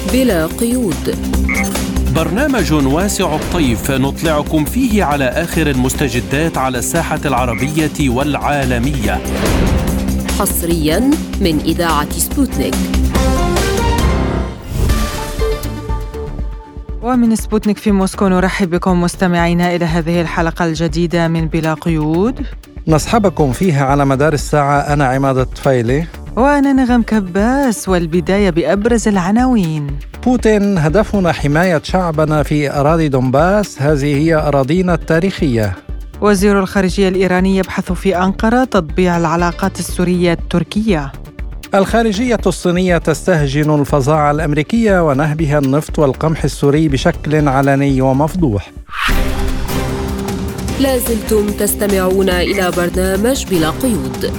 بلا قيود، برنامج واسع الطيف نطلعكم فيه على آخر المستجدات على الساحة العربية والعالمية، حصريا من إذاعة سبوتنيك. ومن سبوتنيك في موسكو نرحب بكم مستمعينا إلى هذه الحلقة الجديدة من بلا قيود، نصحبكم فيها على مدار الساعة. أنا عماد الطفيلي وأنا نغم كباس. والبداية بأبرز العناوين. بوتين: هدفنا حماية شعبنا في أراضي دونباس، هذه هي أراضينا التاريخية. وزير الخارجية الإيراني يبحث في أنقرة تطبيع العلاقات السورية التركية. الخارجية الصينية تستهجن الفظاعة الأمريكية ونهبها النفط والقمح السوري بشكل علني ومفضوح. لازلتم تستمعون إلى برنامج بلا قيود.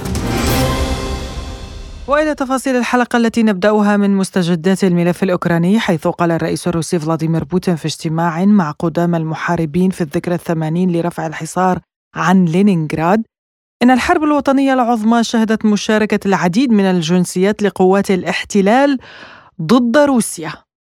وإلى تفاصيل الحلقة التي نبدأها من مستجدات الملف الأوكراني، حيث قال الرئيس الروسي فلاديمير بوتين في اجتماع مع قدامى المحاربين في الذكرى 80 لرفع الحصار عن لينينغراد إن الحرب الوطنية العظمى شهدت مشاركة العديد من الجنسيات لقوات الاحتلال ضد روسيا.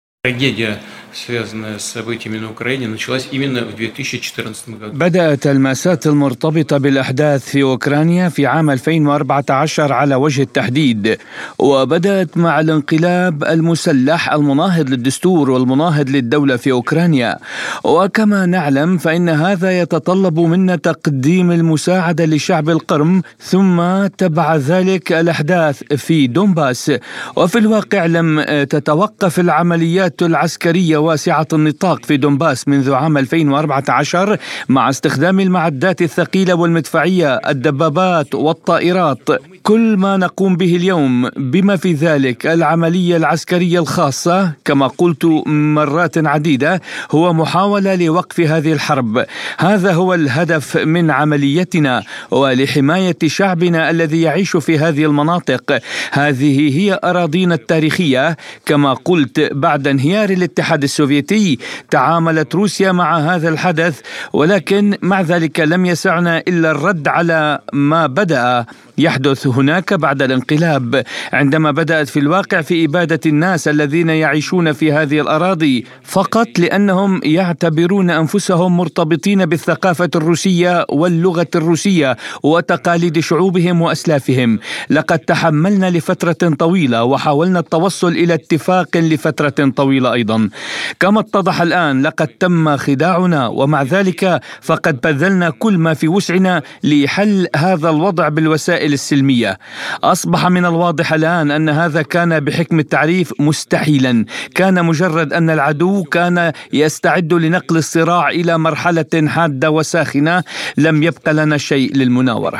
بدأت المأساة المرتبطة بالأحداث في أوكرانيا في عام 2014 على وجه التحديد، وبدأت مع الانقلاب المسلح المناهض للدستور والمناهض للدولة في أوكرانيا. وكما نعلم فإن هذا يتطلب منا تقديم المساعدة لشعب القرم، ثم تبع ذلك الأحداث في دونباس. وفي الواقع لم تتوقف العمليات العسكرية واسعة النطاق في دونباس منذ عام 2014 مع استخدام المعدات الثقيلة والمدفعية، الدبابات والطائرات. كل ما نقوم به اليوم بما في ذلك العملية العسكرية الخاصة كما قلت مرات عديدة هو محاولة لوقف هذه الحرب. هذا هو الهدف من عمليتنا ولحماية شعبنا الذي يعيش في هذه المناطق. هذه هي أراضينا التاريخية. كما قلت بعد انهيار الاتحاد السوفيتي تعاملت روسيا مع هذا الحدث، ولكن مع ذلك لم يسعنا إلا الرد على ما بدأ يحدث هناك بعد الانقلاب، عندما بدأت في الواقع في إبادة الناس الذين يعيشون في هذه الأراضي فقط لأنهم يعتبرون أنفسهم مرتبطين بالثقافة الروسية واللغة الروسية وتقاليد شعوبهم وأسلافهم. لقد تحملنا لفترة طويلة وحاولنا التوصل إلى اتفاق لفترة طويلة أيضا. كما اتضح الآن لقد تم خداعنا، ومع ذلك فقد بذلنا كل ما في وسعنا لحل هذا الوضع بالوسائل السلمية. أصبح من الواضح الآن أن هذا كان بحكم التعريف مستحيلا. كان مجرد أن العدو كان يستعد لنقل الصراع إلى مرحلة حادة وساخنة. لم يبقى لنا شيء للمناورة.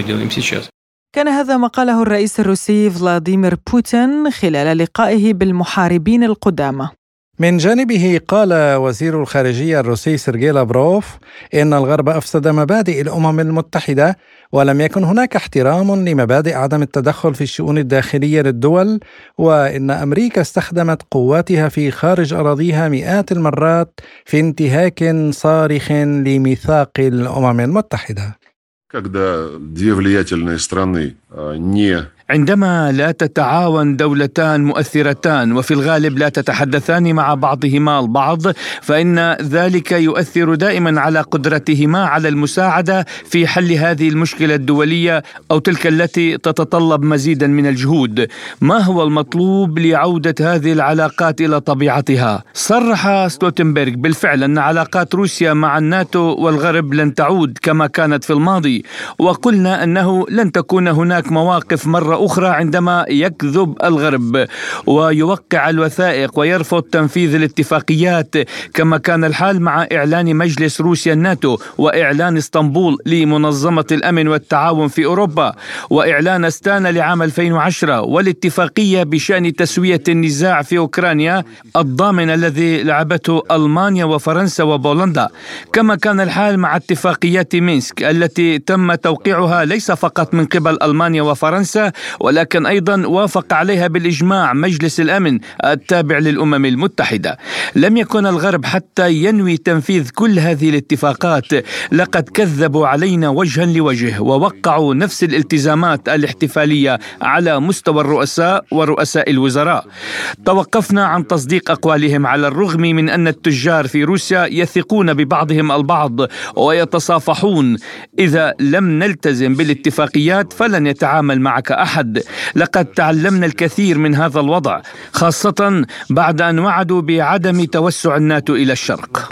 كان هذا ما قاله الرئيس الروسي فلاديمير بوتين خلال لقائه بالمحاربين القدامى. من جانبه قال وزير الخارجية الروسي سيرجي لافروف إن الغرب أفسد مبادئ الأمم المتحدة ولم يكن هناك احترام لمبادئ عدم التدخل في الشؤون الداخلية للدول، وإن أمريكا استخدمت قواتها في خارج أراضيها مئات المرات في انتهاك صارخ لميثاق الأمم المتحدة. عندما لا تتعاون دولتان مؤثرتان وفي الغالب لا تتحدثان مع بعضهما البعض، فإن ذلك يؤثر دائما على قدرتهما على المساعدة في حل هذه المشكلة الدولية أو تلك التي تتطلب مزيدا من الجهود. ما هو المطلوب لعودة هذه العلاقات إلى طبيعتها؟ صرح ستولتنبرغ بالفعل أن علاقات روسيا مع الناتو والغرب لن تعود كما كانت في الماضي، وقلنا أنه لن تكون هناك مواقف مرة أخرى عندما يكذب الغرب ويوقع الوثائق ويرفض تنفيذ الاتفاقيات، كما كان الحال مع إعلان مجلس روسيا الناتو وإعلان اسطنبول لمنظمة الأمن والتعاون في أوروبا وإعلان أستانا لعام 2010 والاتفاقية بشأن تسوية النزاع في أوكرانيا الضامن الذي لعبته ألمانيا وفرنسا وبولندا، كما كان الحال مع اتفاقيات مينسك التي تم توقيعها ليس فقط من قبل ألمانيا وفرنسا ولكن أيضا وافق عليها بالإجماع مجلس الأمن التابع للأمم المتحدة. لم يكن الغرب حتى ينوي تنفيذ كل هذه الاتفاقات لقد كذبوا علينا وجها لوجه ووقعوا نفس الالتزامات الاحتفالية على مستوى الرؤساء ورؤساء الوزراء. توقفنا عن تصديق أقوالهم على الرغم من أن التجار في روسيا يثقون ببعضهم البعض ويتصافحون. إذا لم نلتزم بالاتفاقيات فلن يتعامل معك أحد. لقد تعلمنا الكثير من هذا الوضع، خاصة بعد أن وعدوا بعدم توسع الناتو إلى الشرق.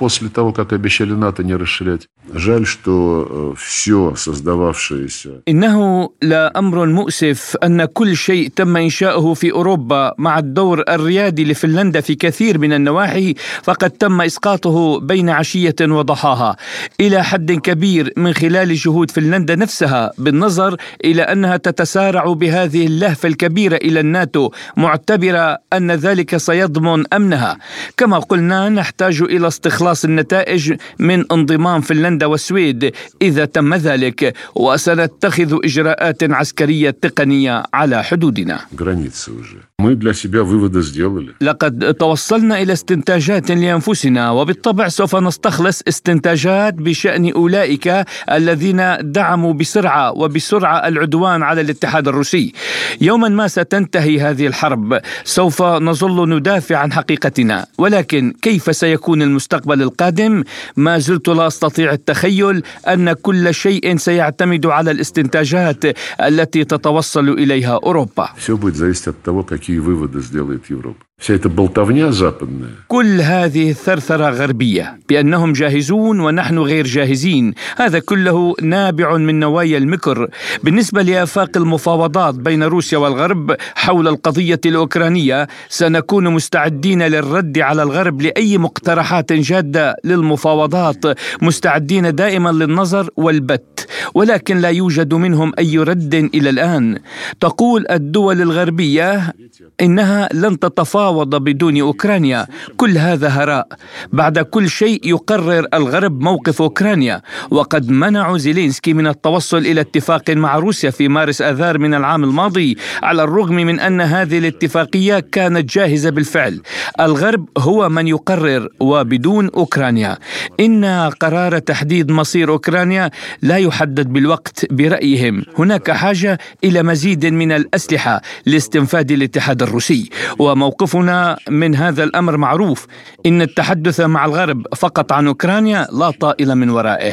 إنه لأمر مؤسف أن كل شيء تم إنشاؤه في أوروبا مع الدور الريادي لفنلندا في كثير من النواحي فقد تم إسقاطه بين عشية وضحاها إلى حد كبير من خلال جهود فنلندا نفسها، بالنظر إلى أنها تتسارع بهذه اللهفة الكبيرة إلى الناتو معتبرة أن ذلك سيضمن أمنها. كما قلنا نحتاج إلى استخلاص النتائج من انضمام فنلندا والسويد إذا تم ذلك، وسنتخذ إجراءات عسكرية تقنية على حدودنا. لقد توصلنا إلى استنتاجات لأنفسنا، وبالطبع سوف نستخلص استنتاجات بشأن أولئك الذين دعموا بسرعة العدوان على الاتحاد الروسي. يوما ما ستنتهي هذه الحرب، سوف نظل ندافع عن حقيقتنا، ولكن كيف سيكون المستقبل القادم؟ ما زلت لا أستطيع التخيل أن كل شيء سيعتمد على الاستنتاجات التي تتوصل إليها أوروبا. كل هذه الثرثرة غربية بأنهم جاهزون ونحن غير جاهزين، هذا كله نابع من نوايا المكر. بالنسبة لآفاق المفاوضات بين روسيا والغرب حول القضية الأوكرانية، سنكون مستعدين للرد على الغرب لأي مقترحات جادة للمفاوضات، مستعدين دائما للنظر والبت، ولكن لا يوجد منهم أي رد إلى الآن. تقول الدول الغربية إنها لن تتفاوض بدون أوكرانيا، كل هذا هراء. بعد كل شيء يقرر الغرب موقف أوكرانيا، وقد منعوا زيلينسكي من التوصل إلى اتفاق مع روسيا في مارس آذار من العام الماضي، على الرغم من أن هذه الاتفاقية كانت جاهزة بالفعل. الغرب هو من يقرر وبدون أوكرانيا. إن قرار تحديد مصير أوكرانيا لا يحدد بالوقت برأيهم. هناك حاجة إلى مزيد من الأسلحة لاستنفاد الاتحاد الروسي، وموقفنا من هذا الأمر معروف. إن التحدث مع الغرب فقط عن أوكرانيا لا طائل من ورائه.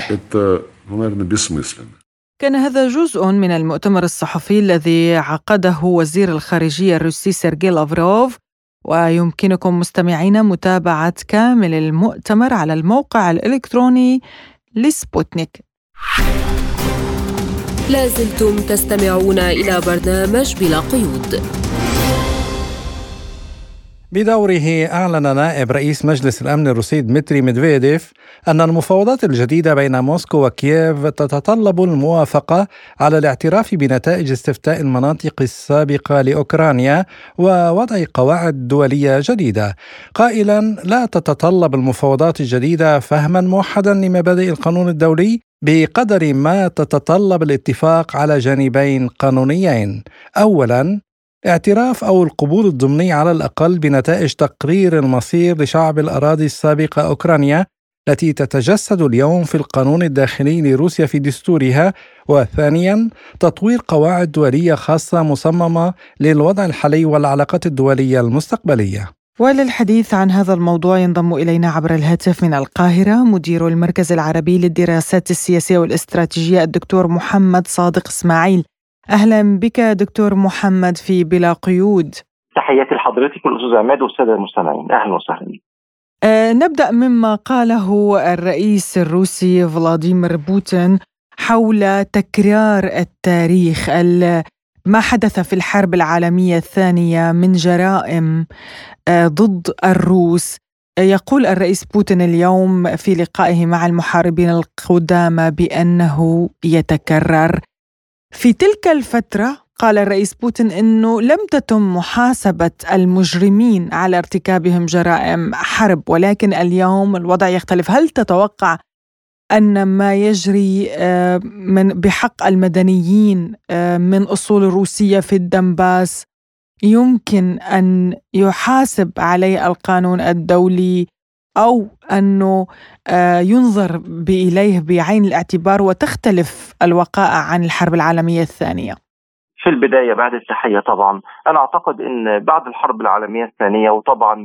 كان هذا جزء من المؤتمر الصحفي الذي عقده وزير الخارجية الروسي سيرجي لافروف، ويمكنكم مستمعين متابعة كامل المؤتمر على الموقع الإلكتروني لسبوتنيك. لازلتم تستمعون إلى برنامج بلا قيود. بدوره أعلن نائب رئيس مجلس الأمن الروسي دمتري ميدفيديف أن المفاوضات الجديدة بين موسكو وكييف تتطلب الموافقة على الاعتراف بنتائج استفتاء المناطق السابقة لأوكرانيا ووضع قواعد دولية جديدة، قائلا لا تتطلب المفاوضات الجديدة فهما موحدا لمبادئ القانون الدولي بقدر ما تتطلب الاتفاق على جانبين قانونيين. أولا، اعتراف أو القبول الضمني على الأقل بنتائج تقرير المصير لشعب الأراضي السابقة أوكرانيا التي تتجسد اليوم في القانون الداخلي لروسيا في دستورها. وثانياً، تطوير قواعد دولية خاصة مصممة للوضع الحالي والعلاقات الدولية المستقبلية. وللحديث عن هذا الموضوع ينضم إلينا عبر الهاتف من القاهرة مدير المركز العربي للدراسات السياسية والاستراتيجية الدكتور محمد صادق إسماعيل. أهلا بك دكتور محمد في بلا قيود. تحياتي لحضرتك والأستاذ عماد والسادة المستمعين، أهلا وسهلا. نبدأ مما قاله الرئيس الروسي فلاديمير بوتين حول تكرار التاريخ، ما حدث في الحرب العالمية الثانية من جرائم ضد الروس. يقول الرئيس بوتين اليوم في لقائه مع المحاربين القدامى بأنه يتكرر. في تلك الفترة قال الرئيس بوتين أنه لم تتم محاسبة المجرمين على ارتكابهم جرائم حرب، ولكن اليوم الوضع يختلف. هل تتوقع أن ما يجري بحق المدنيين من أصول روسية في الدنباس يمكن أن يحاسب عليه القانون الدولي، أو أنه ينظر إليه بعين الاعتبار وتختلف الوقائع عن الحرب العالمية الثانية؟ في البداية بعد التحية، طبعا أنا أعتقد أن بعد الحرب العالمية الثانية، وطبعا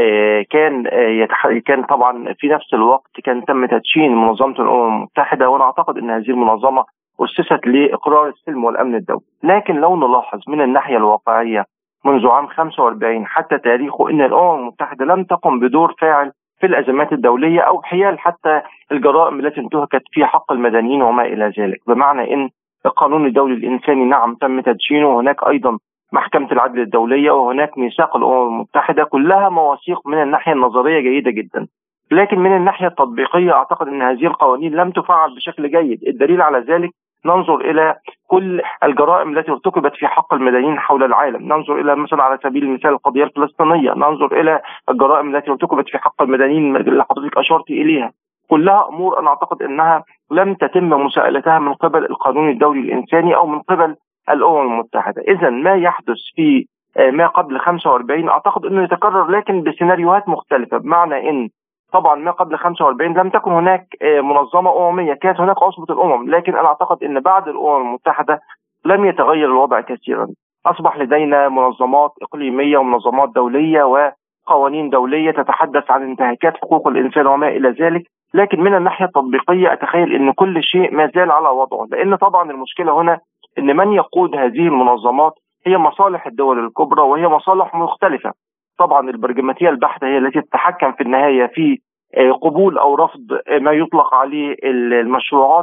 كان طبعا في نفس الوقت كان تم تدشين منظمة الأمم المتحدة، وأنا أعتقد أن هذه المنظمة أسست لإقرار السلم والأمن الدولي. لكن لو نلاحظ من الناحية الواقعية منذ عام 45 حتى تاريخه أن الأمم المتحدة لم تقم بدور فاعل في الأزمات الدولية أو حيال حتى الجرائم التي انتهكت في حق المدنيين وما إلى ذلك. بمعنى أن القانون الدولي الإنساني نعم تم تدشينه، وهناك أيضا محكمة العدل الدولية، وهناك ميثاق الأمم المتحدة، كلها مواثيق من الناحية النظرية جيدة جدا. لكن من الناحية التطبيقية أعتقد أن هذه القوانين لم تفعل بشكل جيد. الدليل على ذلك ننظر إلى كل الجرائم التي ارتكبت في حق المدنيين حول العالم، ننظر إلى مثلا على سبيل المثال القضية الفلسطينية، ننظر إلى الجرائم التي ارتكبت في حق المدنيين اللي حضرتك أشرت إليها. كلها أمور أنا أعتقد أنها لم تتم مساءلتها من قبل القانون الدولي الإنساني أو من قبل الأمم المتحدة. إذن ما يحدث في ما قبل 45 أعتقد أنه يتكرر، لكن بسيناريوهات مختلفة. بمعنى أن طبعا ما قبل 45 لم تكن هناك منظمة أممية، كانت هناك عصبة الأمم، لكن أنا أعتقد أن بعد الأمم المتحدة لم يتغير الوضع كثيرا. أصبح لدينا منظمات إقليمية ومنظمات دولية وقوانين دولية تتحدث عن انتهاكات حقوق الإنسان وما إلى ذلك. لكن من الناحية التطبيقية أتخيل أن كل شيء ما زال على وضعه، لأن طبعا المشكلة هنا أن من يقود هذه المنظمات هي مصالح الدول الكبرى، وهي مصالح مختلفة. طبعا البرجماتية البحتة هي التي تتحكم في النهاية في قبول أو رفض ما يطلق عليه المشروعات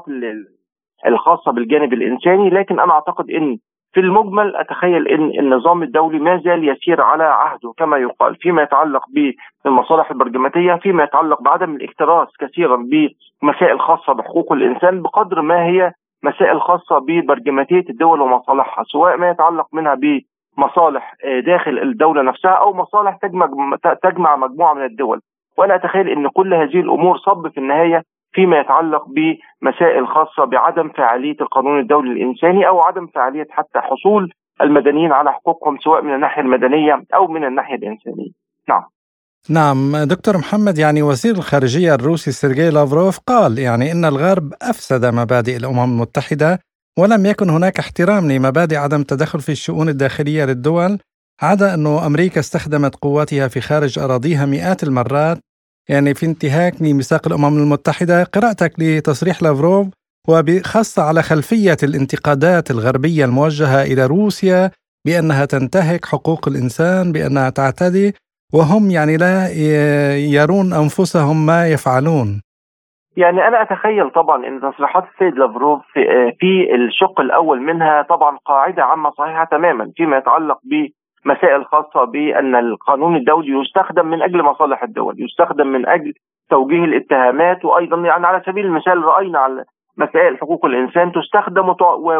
الخاصة بالجانب الإنساني. لكن أنا أعتقد أن في المجمل أتخيل أن النظام الدولي ما زال يسير على عهده كما يقال، فيما يتعلق بالمصالح البرجماتية، فيما يتعلق بعدم الاكتراث كثيرا بمسائل خاصة بحقوق الإنسان، بقدر ما هي مسائل خاصة ببرجماتية الدول ومصالحها، سواء ما يتعلق منها بمصالح داخل الدولة نفسها أو مصالح تجمع مجموعة من الدول. وأنا أتخيل أن كل هذه الأمور صب في النهاية فيما يتعلق بمسائل خاصة بعدم فعالية القانون الدولي الإنساني أو عدم فعالية حتى حصول المدنيين على حقوقهم سواء من الناحية المدنية أو من الناحية الإنسانية. نعم دكتور محمد، يعني وزير الخارجية الروسي سيرجي لافروف قال يعني إن الغرب أفسد مبادئ الأمم المتحدة ولم يكن هناك احترام لمبادئ عدم التدخل في الشؤون الداخلية للدول، عدا أنه أمريكا استخدمت قواتها في خارج أراضيها مئات المرات، يعني في انتهاك لميثاق الأمم المتحدة. قراءتك لتصريح لافروف وبخاصة على خلفية الانتقادات الغربية الموجهة إلى روسيا بأنها تنتهك حقوق الإنسان، بأنها تعتدي، وهم يعني لا يرون أنفسهم ما يفعلون. يعني أنا أتخيل طبعا أن تصريحات السيد لافروف في الشق الأول منها طبعا قاعدة عامة صحيحة تماما فيما يتعلق بمسائل خاصة بأن القانون الدولي يستخدم من أجل مصالح الدول، يستخدم من أجل توجيه الاتهامات. وأيضا يعني على سبيل المثال رأينا على مسائل حقوق الإنسان تستخدم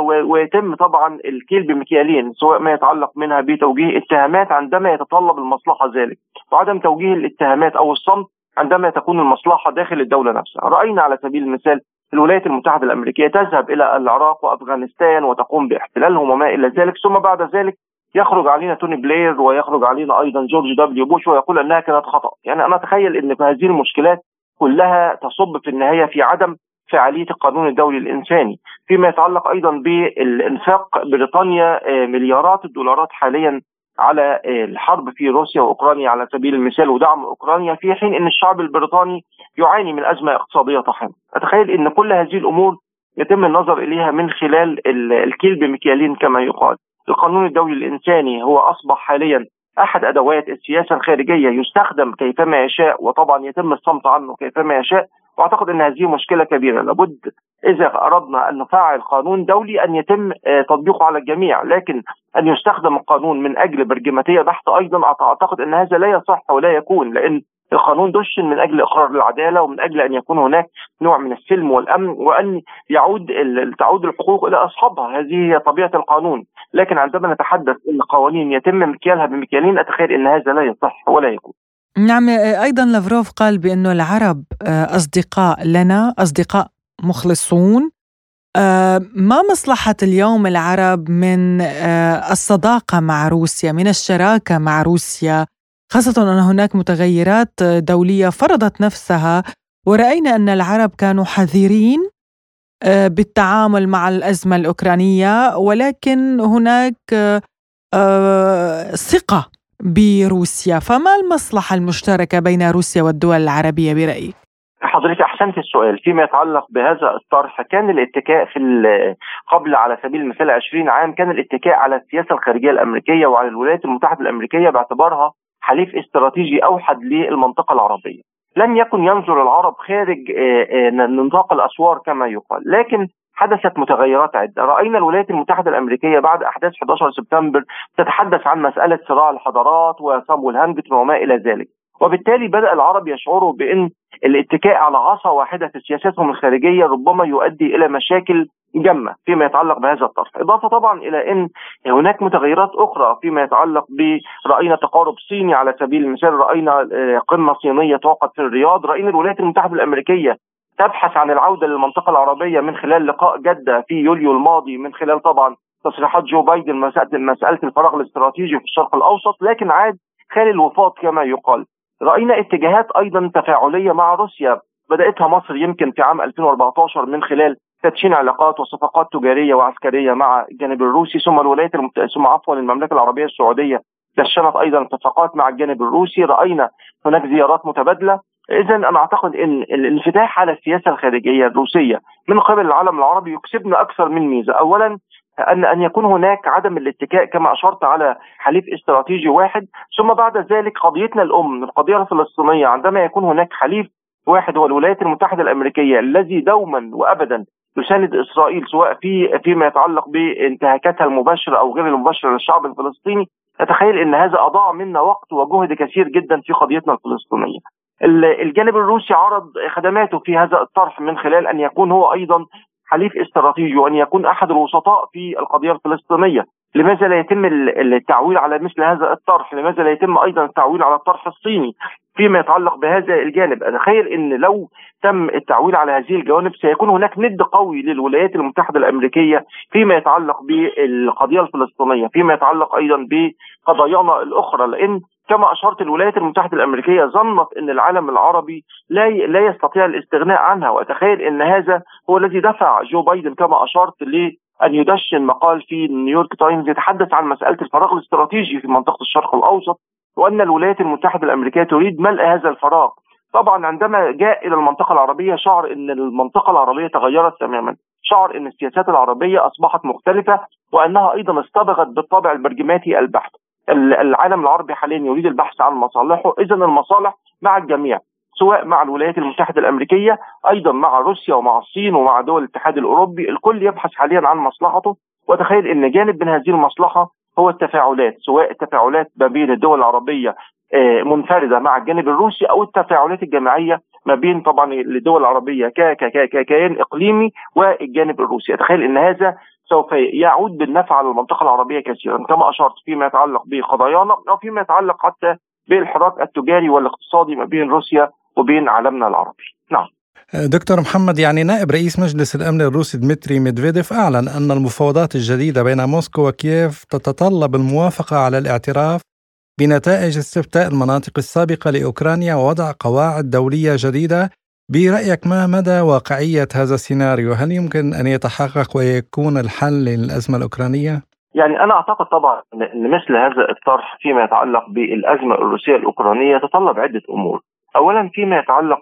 ويتم طبعا الكيل بمكيالين، سواء ما يتعلق منها بتوجيه اتهامات عندما يتطلب المصلحة ذلك، وعدم توجيه الاتهامات أو الصمت عندما تكون المصلحة داخل الدولة نفسها. رأينا على سبيل المثال الولايات المتحدة الأمريكية تذهب إلى العراق وأفغانستان وتقوم باحتلالهم وما إلى ذلك، ثم بعد ذلك يخرج علينا توني بلير ويخرج علينا أيضا جورج دبليو بوش ويقول أنها كانت خطأ. يعني أنا أتخيل أن هذه المشكلات كلها تصب في النهاية في عدم فعالية القانون الدولي الإنساني. فيما يتعلق أيضا بالإنفاق بريطانيا مليارات الدولارات حاليا على الحرب في روسيا وأوكرانيا على سبيل المثال ودعم أوكرانيا، في حين أن الشعب البريطاني يعاني من أزمة اقتصادية طاحنة. أتخيل أن كل هذه الأمور يتم النظر إليها من خلال الكيل بمكيالين كما يقال. القانون الدولي الإنساني هو أصبح حاليا أحد أدوات السياسة الخارجية، يستخدم كيفما يشاء وطبعا يتم الصمت عنه كيفما يشاء. وأعتقد أن هذه مشكلة كبيرة، لابد إذا أردنا أن نفعل قانون دولي أن يتم تطبيقه على الجميع، لكن أن يستخدم القانون من أجل برجماتية بحتة أيضا أعتقد أن هذا لا يصح ولا يكون، لأن القانون دشن من أجل إقرار العدالة ومن أجل أن يكون هناك نوع من السلم والأمن وأن تعود الحقوق إلى أصحابها. هذه هي طبيعة القانون. لكن عندما نتحدث أن القوانين يتم مكيالها بمكيالين أتخيل أن هذا لا يصح ولا يكون. نعم، أيضا لافروف قال بأنه العرب أصدقاء لنا، أصدقاء مخلصون. ما مصلحة اليوم العرب من الصداقة مع روسيا، من الشراكة مع روسيا، خاصة أن هناك متغيرات دولية فرضت نفسها، ورأينا أن العرب كانوا حذرين بالتعامل مع الأزمة الأوكرانية، ولكن هناك ثقة بروسيا. فما المصلحة المشتركة بين روسيا والدول العربية برأيك؟ حضرتك أحسنت السؤال. فيما يتعلق بهذا الطرح، كان الاتكاء قبل على سبيل المثال 20 عام كان الاتكاء على السياسة الخارجية الأمريكية وعلى الولايات المتحدة الأمريكية باعتبارها حليف استراتيجي أوحد للمنطقة العربية. لم يكن ينظر العرب خارج نطاق الأسوار كما يقال، لكن حدثت متغيرات عدة. رأينا الولايات المتحدة الأمريكية بعد أحداث 11 سبتمبر تتحدث عن مسألة صراع الحضارات وصمو الهنجر وما إلى ذلك، وبالتالي بدأ العرب يشعروا بأن الاتكاء على عصا واحدة في سياستهم الخارجية ربما يؤدي إلى مشاكل جمة فيما يتعلق بهذا الطرح. إضافة طبعا إلى أن هناك متغيرات أخرى فيما يتعلق برأينا تقارب صيني على سبيل المثال، رأينا قمة صينية توقعت في الرياض، رأينا الولايات المتحدة الأمريكية تبحث عن العودة للمنطقة العربية من خلال لقاء جدة في يوليو الماضي، من خلال طبعا تصريحات جو بايدن مسألة الفراغ الاستراتيجي في الشرق الأوسط، لكن عاد خالي الوفاض كما يقال. رأينا اتجاهات أيضا تفاعلية مع روسيا بدأتها مصر يمكن في عام 2014 من خلال تدشين علاقات وصفقات تجارية وعسكرية مع الجانب الروسي، ثم المملكة العربية السعودية دشنت أيضا اتفاقات مع الجانب الروسي. رأينا هناك زيارات متبادلة. إذن أنا أعتقد أن الانفتاح على السياسة الخارجية الروسية من قبل العالم العربي يكسبنا أكثر من ميزة. أولا أن يكون هناك عدم الاتكاء كما أشرت على حليف استراتيجي واحد، ثم بعد ذلك قضيتنا الأم القضية الفلسطينية، عندما يكون هناك حليف واحد هو الولايات المتحدة الأمريكية الذي دوما وأبدا يساند إسرائيل سواء فيما يتعلق بانتهاكاتها المباشرة أو غير المباشرة للشعب الفلسطيني، أتخيل أن هذا أضاع منا وقت وجهد كثير جدا في قضيتنا الفلسطينية. الجانب الروسي عرض خدماته في هذا الطرح من خلال أن يكون هو أيضا حليف استراتيجي وأن يكون أحد الوسطاء في القضية الفلسطينية. لماذا لا يتم التعويل على مثل هذا الطرح؟ لماذا لا يتم أيضا التعويل على الطرح الصيني فيما يتعلق بهذا الجانب؟ أتخيل أن لو تم التعويل على هذه الجوانب سيكون هناك ند قوي للولايات المتحدة الأمريكية فيما يتعلق بالقضية الفلسطينية، فيما يتعلق أيضا بقضايانا الأخرى، لأن كما أشرت الولايات المتحدة الأمريكية ظنت أن العالم العربي لا يستطيع الاستغناء عنها، وأتخيل أن هذا هو الذي دفع جو بايدن كما أشرت أن يدشن مقال في نيويورك تايمز يتحدث عن مسألة الفراغ الاستراتيجي في منطقة الشرق الأوسط، وأن الولايات المتحدة الأمريكية تريد ملء هذا الفراغ. طبعا عندما جاء إلى المنطقة العربية شعر أن المنطقة العربية تغيرت تماما، شعر أن السياسات العربية أصبحت مختلفة وأنها أيضا اصطبغت بالطابع البرجماتي البحت. العالم العربي حاليا يريد البحث عن مصالحه، إذن المصالح مع الجميع سواء مع الولايات المتحدة الأمريكية أيضا مع روسيا ومع الصين ومع دول الاتحاد الأوروبي، الكل يبحث حاليا عن مصلحته. وتخيل أن جانب من هذه المصلحة هو التفاعلات، سواء التفاعلات ما بين الدول العربية منفردة مع الجانب الروسي أو التفاعلات الجماعية ما بين طبعا الدول العربية ككيان إقليمي والجانب الروسي. أتخيل أن هذا سوف يعود بالنفع على المنطقة العربية كثيرا كما أشرت فيما يتعلق بقضايانا أو فيما يتعلق حتى بالحراك التجاري والاقتصادي ما بين روسيا وبين عالمنا العربي. نعم دكتور محمد، يعني نائب رئيس مجلس الأمن الروسي دمتري ميدفيديف أعلن أن المفاوضات الجديدة بين موسكو وكييف تتطلب الموافقة على الاعتراف بنتائج استفتاء المناطق السابقة لأوكرانيا ووضع قواعد دولية جديدة. برأيك ما مدى واقعية هذا السيناريو؟ هل يمكن أن يتحقق ويكون الحل للأزمة الأوكرانية؟ يعني أنا أعتقد طبعا أن مثل هذا الطرح فيما يتعلق بالأزمة الروسية الأوكرانية يتطلب عدة أمور. أولا فيما يتعلق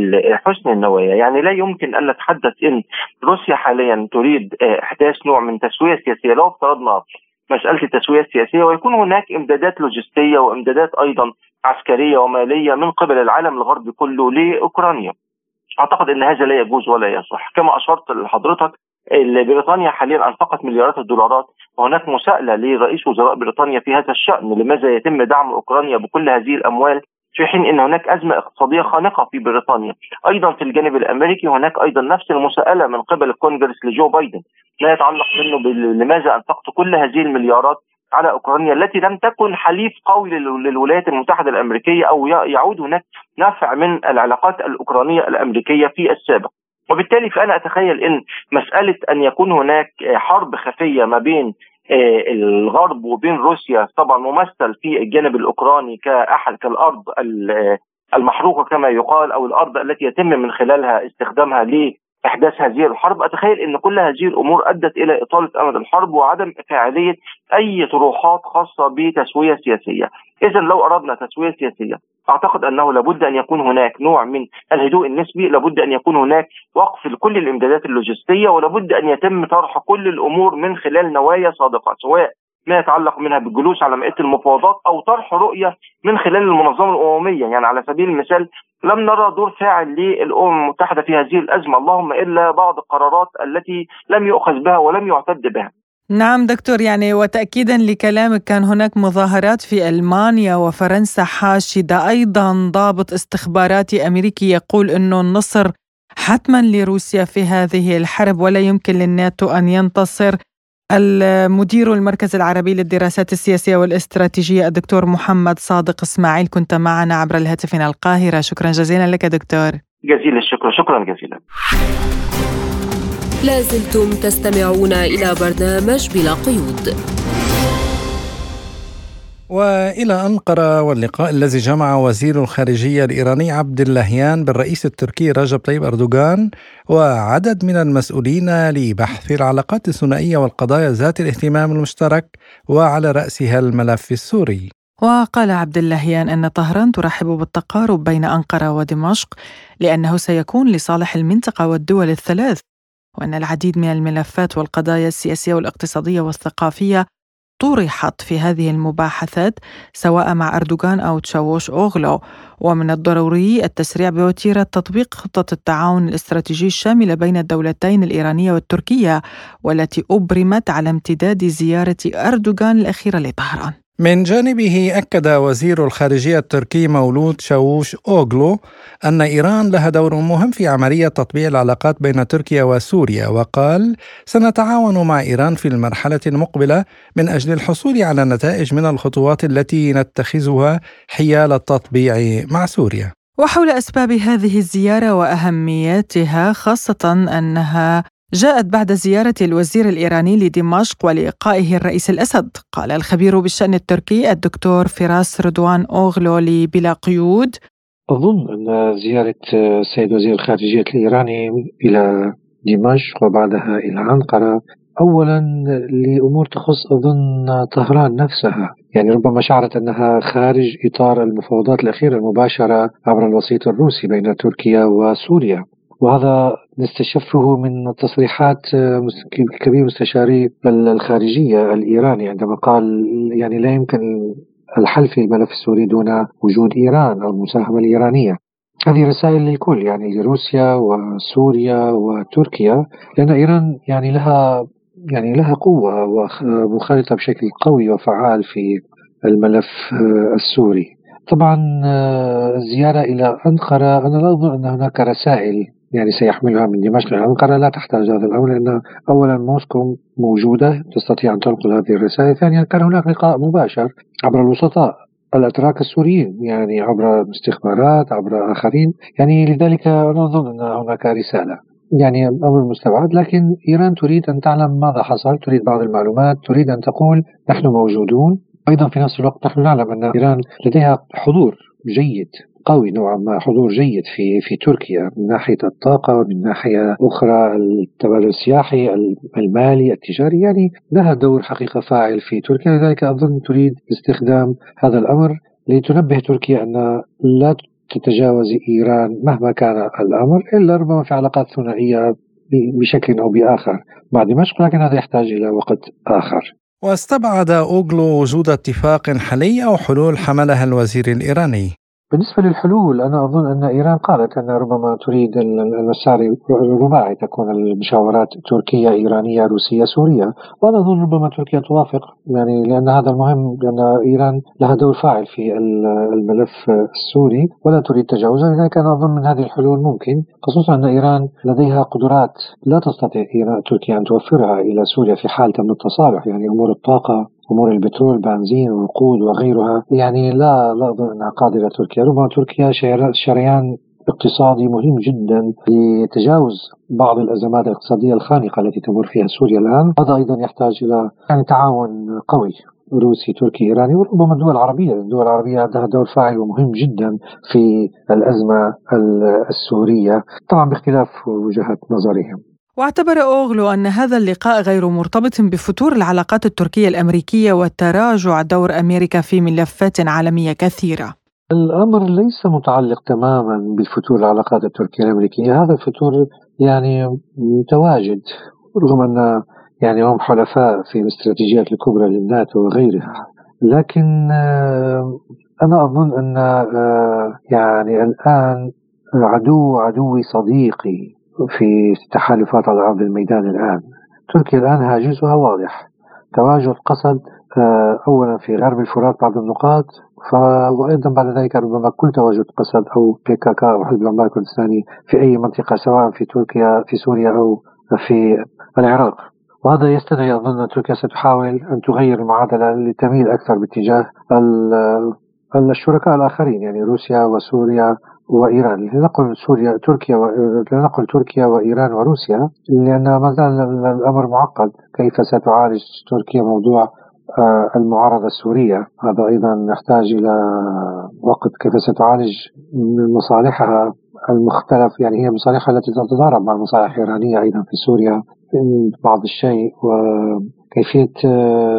بحسن النوايا، يعني لا يمكن أن نتحدث أن روسيا حاليا تريد إحداث نوع من تسوية سياسية. لو افترضنا مسألة التسوية السياسية ويكون هناك إمدادات لوجستية وإمدادات أيضا عسكرية ومالية من قبل العالم الغربي كله لأوكرانيا، أعتقد أن هذا لا يجوز ولا يصح. كما أشرت لحضرتك بريطانيا حاليا أنفقت مليارات الدولارات، وهناك مساءلة لرئيس وزراء بريطانيا في هذا الشأن، لماذا يتم دعم أوكرانيا بكل هذه الأموال في حين أن هناك أزمة اقتصادية خانقة في بريطانيا. أيضا في الجانب الأمريكي هناك أيضا نفس المساءلة من قبل الكونغرس لجو بايدن، لا يتعلق منه لماذا أنفقت كل هذه المليارات على أوكرانيا التي لم تكن حليف قوي للولايات المتحدة الأمريكية، أو يعود هناك نفع من العلاقات الأوكرانية الأمريكية في السابق. وبالتالي فأنا أتخيل أن مسألة أن يكون هناك حرب خفية ما بين الغرب وبين روسيا، طبعا ممثل في الجانب الأوكراني كالأرض المحروقة كما يقال، أو الأرض التي يتم من خلالها استخدامها لإحداث هذه الحرب. أتخيل أن كل هذه الأمور أدت إلى إطالة أمد الحرب وعدم فاعلية أي طروحات خاصة بتسوية سياسية. إذن لو أردنا تسوية سياسية، أعتقد أنه لابد أن يكون هناك نوع من الهدوء النسبي، لابد أن يكون هناك وقف لكل الإمدادات اللوجستية، ولابد أن يتم طرح كل الأمور من خلال نوايا صادقة، سواء ما يتعلق منها بالجلوس على مائدة المفاوضات أو طرح رؤية من خلال المنظمة الأممية. يعني على سبيل المثال لم نرى دور فاعل للأمم المتحدة في هذه الأزمة، اللهم إلا بعض القرارات التي لم يؤخذ بها ولم يعتد بها. نعم دكتور، يعني وتأكيدا لكلامك، كان هناك مظاهرات في ألمانيا وفرنسا حاشدة، أيضا ضابط استخباراتي أمريكي يقول أنه النصر حتما لروسيا في هذه الحرب ولا يمكن للناتو أن ينتصر. المدير المركز العربي للدراسات السياسية والاستراتيجية الدكتور محمد صادق إسماعيل، كنت معنا عبر الهاتف من القاهرة. شكرا جزيلا لك دكتور. جزيل الشكر، شكرا جزيلا. لازلتم تستمعون إلى برنامج بلا قيود. وإلى أنقرة واللقاء الذي جمع وزير الخارجية الإيراني عبد اللهيان بالرئيس التركي رجب طيب أردوغان وعدد من المسؤولين لبحث العلاقات الثنائية والقضايا ذات الاهتمام المشترك، وعلى رأسها الملف السوري. وقال عبد اللهيان أن طهران ترحب بالتقارب بين أنقرة ودمشق لأنه سيكون لصالح المنطقة والدول الثلاث، وأن العديد من الملفات والقضايا السياسية والاقتصادية والثقافية طرحت في هذه المباحثات سواء مع أردوغان أو تشاوش أوغلو، ومن الضروري التسريع بوتيرة تطبيق خطة التعاون الاستراتيجي الشاملة بين الدولتين الإيرانية والتركية، والتي أبرمت على امتداد زيارة أردوغان الأخيرة لطهران. من جانبه أكد وزير الخارجية التركي مولود تشاوش أوغلو أن إيران لها دور مهم في عملية تطبيع العلاقات بين تركيا وسوريا، وقال: سنتعاون مع إيران في المرحلة المقبلة من أجل الحصول على نتائج من الخطوات التي نتخذها حيال التطبيع مع سوريا. وحول أسباب هذه الزيارة وأهميتها، خاصة أنها جاءت بعد زيارة الوزير الإيراني لدمشق ولقائه الرئيس الأسد، قال الخبير بالشأن التركي الدكتور فراس رضوان أوغلو لبلا قيود: أظن أن زيارة السيد وزير الخارجية الإيراني إلى دمشق وبعدها إلى أنقرة أولا لأمور تخص أظن طهران نفسها، يعني ربما شعرت أنها خارج إطار المفاوضات الأخيرة المباشرة عبر الوسيط الروسي بين تركيا وسوريا، وهذا نستشفه من تصريحات كبير مستشاري الخارجية الإيراني عندما قال يعني لا يمكن الحل في الملف السوري دون وجود إيران أو المساهمة الإيرانية. هذه رسائل للكل، يعني لروسيا وسوريا وتركيا، لأن إيران يعني لها قوة ومخالطة بشكل قوي وفعال في الملف السوري. طبعا الزيارة إلى أنقرة أنا لا أظن أن هناك رسائل يعني سيحملها من دمشق إلى أنقرة، لا تحتاج هذا الأمر، لأن أولا موسكو موجودة تستطيع أن تنقل هذه الرسائل. ثانيا كان هناك لقاء مباشر عبر الوسطاء الأتراك السوريين، يعني عبر استخبارات عبر آخرين، يعني لذلك أنا أظن أن هناك رسالة، يعني أمر مستبعد. لكن إيران تريد أن تعلم ماذا حصل، تريد بعض المعلومات، تريد أن تقول نحن موجودون. أيضا في نفس الوقت نحن نعلم أن إيران لديها حضور جيد قوي نوعا ما، حضور جيد في تركيا من ناحية الطاقة ومن ناحية أخرى التبادل السياحي المالي التجاري، يعني لها دور حقيقة فاعل في تركيا. لذلك أظن تريد استخدام هذا الأمر لتنبه تركيا أن لا تتجاوز إيران مهما كان الأمر، إلا ربما في علاقات ثنائية بشكل أو بآخر مع دمشق، لكن هذا يحتاج إلى وقت آخر. واستبعد أوغلو وجود اتفاق حالي أو حلول حملها الوزير الإيراني. بالنسبة للحلول أنا أظن أن إيران قالت أن ربما تريد المسار الرباعي، تكون المشاورات تركية إيرانية روسية سورية، وأنا أظن ربما تركيا توافق، يعني لأن هذا المهم، لأن إيران لها دور فاعل في الملف السوري ولا تريد تجاوزه. لذلك أنا أظن من هذه الحلول ممكن، خصوصا أن إيران لديها قدرات لا تستطيع تركيا أن توفرها إلى سوريا في حال تم التصالح، يعني أمور الطاقة أمور البترول، بنزين ووقود وغيرها، يعني لا أظن أنها قادرة تركيا. ربما تركيا شريان اقتصادي مهم جدا لتجاوز بعض الأزمات الاقتصادية الخانقة التي تمر فيها سوريا الآن. هذا أيضا يحتاج إلى يعني تعاون قوي روسي تركي إيراني، وربما الدول العربية. الدول العربية عندها دور فاعل ومهم جدا في الأزمة السورية، طبعا باختلاف وجهات نظرهم. واعتبر أوغلو أن هذا اللقاء غير مرتبط بفتور العلاقات التركية الأمريكية وتراجع دور أمريكا في ملفات عالمية كثيرة. الأمر ليس متعلق تماما بالفتور العلاقات التركية الأمريكية. هذا الفتور يعني متواجد، رغم أن يعني هم حلفاء في الاستراتيجيات الكبرى للناتو وغيرها، لكن أنا أظن أن يعني الآن عدوي صديقي في تحالفات على أرض الميدان. الآن تركيا الآن هاجسها واضح، تواجد قسد أولا في غرب الفرات بعض النقاط، وأيضا بعد ذلك ربما كل تواجد قسد أو PKK أو حزب العمال الكردستاني في أي منطقة، سواء في تركيا في سوريا أو في العراق. وهذا يستدعي أظن أن تركيا ستحاول أن تغير المعادلة لتميل أكثر باتجاه الشركاء الآخرين، يعني روسيا وسوريا وإيران. لنقل تركيا وإيران وروسيا، لأن ما زال الأمر معقد. كيف ستعالج تركيا موضوع المعارضة السورية؟ هذا أيضا يحتاج إلى وقت. كيف ستعالج مصالحها المختلف، يعني هي مصالحها التي تتضارب مع المصالح الإيرانية أيضا في سوريا بعض الشيء، وكيفية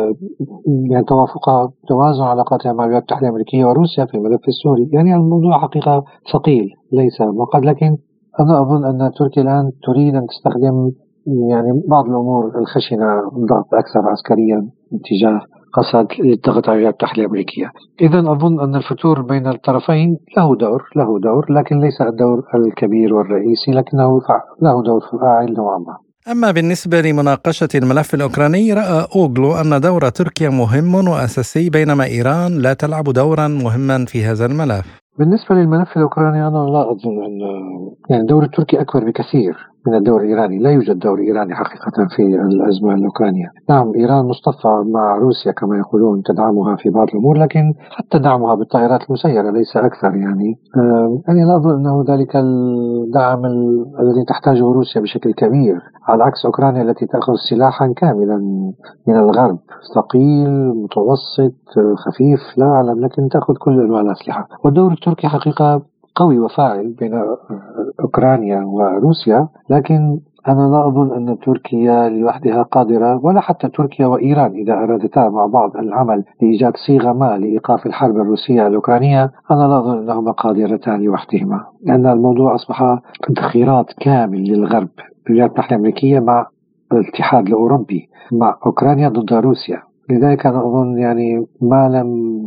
يعني توازن علاقاتها مع الولايات المتحدة الأمريكية وروسيا في الملف السوري. يعني الموضوع حقيقة ثقيل ليس معقد، لكن أنا أظن أن تركيا الآن تريد أن تستخدم يعني بعض الأمور الخشنة، ضغط أكثر عسكريا اتجاه قسد للضغط على الولايات المتحدة الأمريكية. إذن أظن أن الفتور بين الطرفين له دور، لكن ليس الدور الكبير والرئيسي، لكنه له دور فاعل نوعا ما. أما بالنسبة لمناقشة الملف الأوكراني، رأى أوغلو أن دور تركيا مهم وأساسي، بينما إيران لا تلعب دورا مهما في هذا الملف. بالنسبة للملف الأوكراني أنا لا أظن أن يعني دور التركي أكبر بكثير من الدور الإيراني. لا يوجد دور إيراني حقيقة في الأزمة الأوكرانية. نعم إيران مصطفى مع روسيا كما يقولون، تدعمها في بعض الأمور، لكن حتى دعمها بالطائرات المسيرة ليس أكثر. يعني لا أظن أنه ذلك الدعم الذي تحتاجه روسيا بشكل كبير، على عكس أوكرانيا التي تأخذ سلاحا كاملا من الغرب، ثقيل متوسط خفيف لا أعلم، لكن تأخذ كل أنواع الأسلحة. والدور التركي حقيقة قوي وفاعل بين أوكرانيا وروسيا، لكن أنا لا أظن أن تركيا لوحدها قادرة، ولا حتى تركيا وإيران إذا أرادتا مع بعض العمل لإيجاد صيغة ما لإيقاف الحرب الروسية الأوكرانية. أنا لا أظن أنهما قادرتان لوحدهما، لأن الموضوع أصبح تدخيرات كامل للغرب، الولايات المتحدة الأمريكية مع الاتحاد الأوروبي مع أوكرانيا ضد روسيا. لذلك أنا أظن يعني ما لم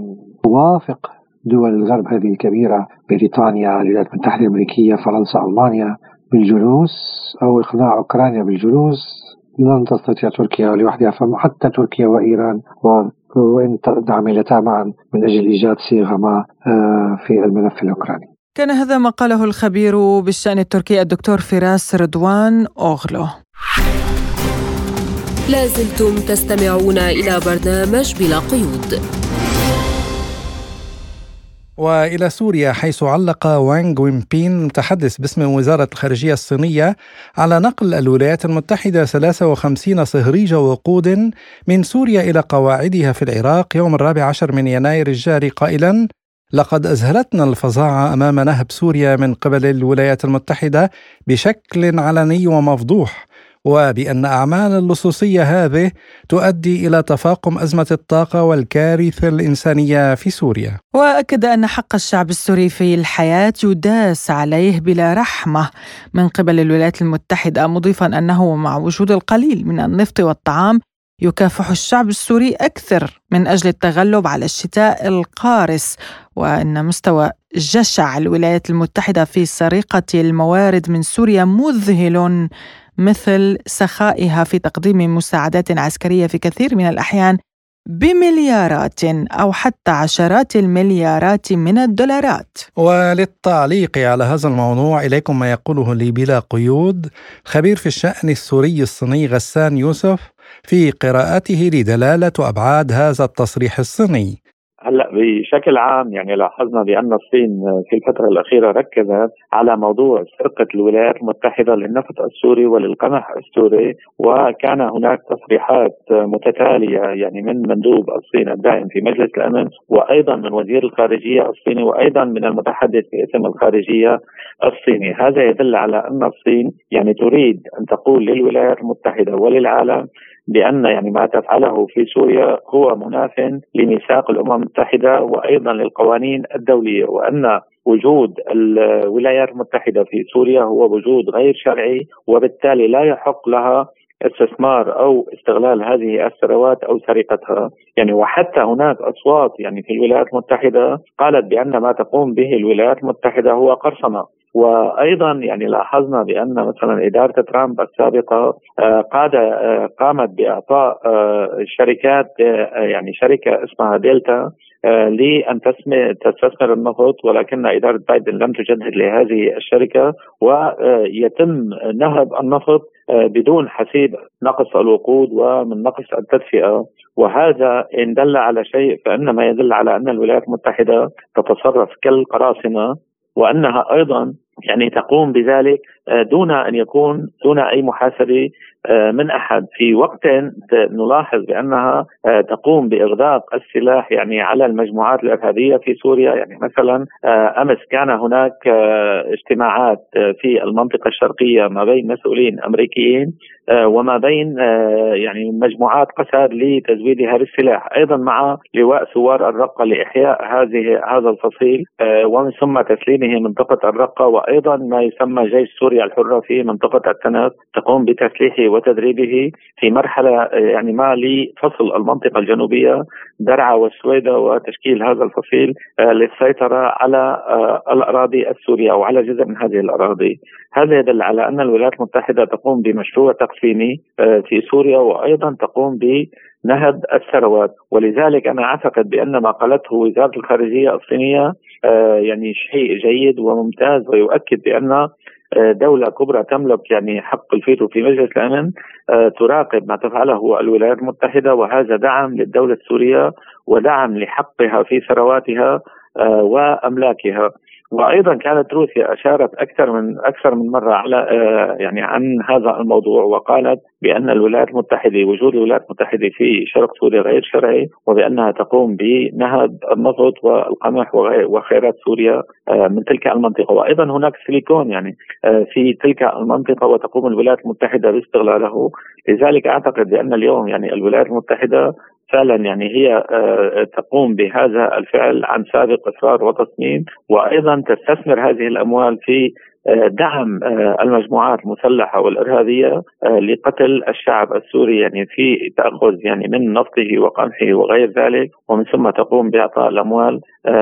توافق دول الغرب هذه الكبيرة، بريطانيا، الولايات المتحدة الأمريكية، فرنسا، ألمانيا، بالجلوس أو إقناع أوكرانيا بالجلوس، لن تستطيع تركيا لوحدها. فحتى تركيا وإيران وإن عملتا معا من أجل إيجاد صيغة ما في الملف الأوكراني. كان هذا ما قاله الخبير بالشأن التركي الدكتور فراس رضوان أوغلو. لازلتم تستمعون إلى برنامج بلا قيود. وإلى سوريا، حيث علق وانغ وينبين متحدث باسم وزارة الخارجية الصينية على نقل الولايات المتحدة 53 صهريج وقود من سوريا إلى قواعدها في العراق يوم 14 من يناير الجاري، قائلا: لقد أذهلتنا الفظاعة أمام نهب سوريا من قبل الولايات المتحدة بشكل علني ومفضوح، وبأن أعمال اللصوصية هذه تؤدي إلى تفاقم أزمة الطاقة والكارثة الإنسانية في سوريا. وأكد أن حق الشعب السوري في الحياة يداس عليه بلا رحمة من قبل الولايات المتحدة، مضيفا أنه مع وجود القليل من النفط والطعام يكافح الشعب السوري أكثر من أجل التغلب على الشتاء القارس، وأن مستوى جشع الولايات المتحدة في سرقة الموارد من سوريا مذهل، مثل سخائها في تقديم مساعدات عسكرية في كثير من الأحيان بمليارات أو حتى عشرات المليارات من الدولارات. وللتعليق على هذا الموضوع إليكم ما يقوله لي بلا قيود خبير في الشأن السوري الصيني غسان يوسف، في قراءته لدلالة وأبعاد هذا التصريح الصيني. هلا بشكل عام يعني لاحظنا بأن الصين في الفترة الأخيرة ركزت على موضوع سرقة الولايات المتحدة للنفط السوري وللقمح السوري، وكان هناك تصريحات متتالية يعني من مندوب الصين الدائم في مجلس الأمن، وأيضا من وزير الخارجية الصيني، وأيضا من المتحدث باسم الخارجية الصيني. هذا يدل على أن الصين يعني تريد أن تقول للولايات المتحدة وللعالم بأن يعني ما تفعله في سوريا هو مناف لميثاق الأمم المتحدة وأيضا للقوانين الدولية، وأن وجود الولايات المتحدة في سوريا هو وجود غير شرعي، وبالتالي لا يحق لها استثمار أو استغلال هذه الثروات أو سرقتها. يعني وحتى هناك أصوات يعني في الولايات المتحدة قالت بأن ما تقوم به الولايات المتحدة هو قرصنة. وأيضا يعني لاحظنا بأن مثلا إدارة ترامب السابقة قامت بإعطاء شركات يعني شركة اسمها دلتا لأن تستثمر النفط، ولكن إدارة بايدن لم تجدد لهذه الشركة، ويتم نهب النفط بدون حسيب نقص الوقود ومن نقص التدفئة. وهذا إن دل على شيء فإنما يدل على أن الولايات المتحدة تتصرف كالقراصنة، وأنها أيضا يعني تقوم بذلك دون أي محاسبة من أحد، في وقت نلاحظ بأنها تقوم بإغلاق السلاح يعني على المجموعات الإرهابية في سوريا. يعني مثلا أمس كان هناك اجتماعات في المنطقة الشرقية ما بين مسؤولين أمريكيين وما بين يعني مجموعات قسد لتزويدها بالسلاح، أيضا مع لواء ثوار الرقة لإحياء هذا الفصيل ومن ثم تسليمه منطقة الرقة، وأيضا ما يسمى جيش سوريا الحرة في منطقة التنف تقوم بتسليحه وتدريبه في مرحلة يعني ما لفصل المنطقة الجنوبية درعا والسويدة وتشكيل هذا الفصيل للسيطرة على الأراضي السورية أو على جزء من هذه الأراضي. هذا يدل على أن الولايات المتحدة تقوم بمشروع تقسيمي في سوريا، وأيضا تقوم بنهب الثروات. ولذلك أنا أعتقد بأن ما قالته وزارة الخارجية الصينية يعني شيء جيد وممتاز، ويؤكد بأن دولة كبرى تملك يعني حق الفيتو في مجلس الأمن تراقب ما تفعله الولايات المتحدة، وهذا دعم للدولة السورية ودعم لحقها في ثرواتها وأملاكها. وأيضا كانت روسيا أشارت أكثر من مرة على يعني عن هذا الموضوع، وقالت بأن الولايات المتحدة وجود الولايات المتحدة في شرق سوريا غير شرعي، وبأنها تقوم بنهب النفط والقمح وخيرات سوريا من تلك المنطقة. وأيضا هناك سيليكون يعني في تلك المنطقة وتقوم الولايات المتحدة باستغلاله. لذلك أعتقد بأن اليوم يعني الولايات المتحدة فعلا يعني هي تقوم بهذا الفعل عن سابق إصرار وتصميم، وأيضا تستثمر هذه الأموال في دعم المجموعات المسلحة والإرهابية لقتل الشعب السوري، يعني في تأخذ يعني من نفطه وقمحه وغير ذلك، ومن ثم تقوم بإعطاء الأموال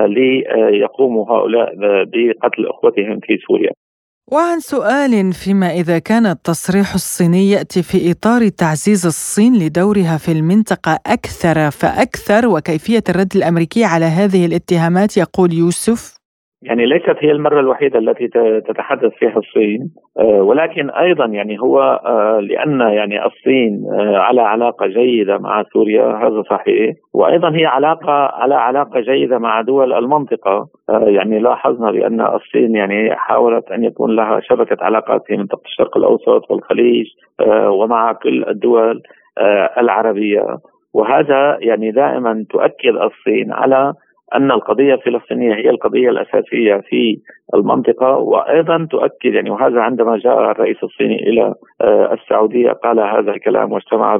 ليقوموا هؤلاء بقتل أخوتهم في سوريا. وعن سؤال، فيما إذا كان التصريح الصيني يأتي في إطار تعزيز الصين لدورها في المنطقة أكثر فأكثر، وكيفية الرد الأمريكي على هذه الاتهامات، يقول يوسف. يعني ليست هي المرة الوحيدة التي تتحدث فيها الصين، ولكن أيضا يعني هو لأن يعني الصين على علاقة جيدة مع سوريا، هذا صحيح، وأيضا هي على علاقة جيدة مع دول المنطقة. يعني لاحظنا بأن الصين يعني حاولت أن يكون لها شبكة علاقات في منطقة الشرق الأوسط والخليج ومع كل الدول العربية، وهذا يعني دائما تؤكد الصين على أن القضية الفلسطينية هي القضية الأساسية في المنطقة. وأيضا تؤكد يعني، وهذا عندما جاء الرئيس الصيني إلى السعودية قال هذا الكلام واجتمع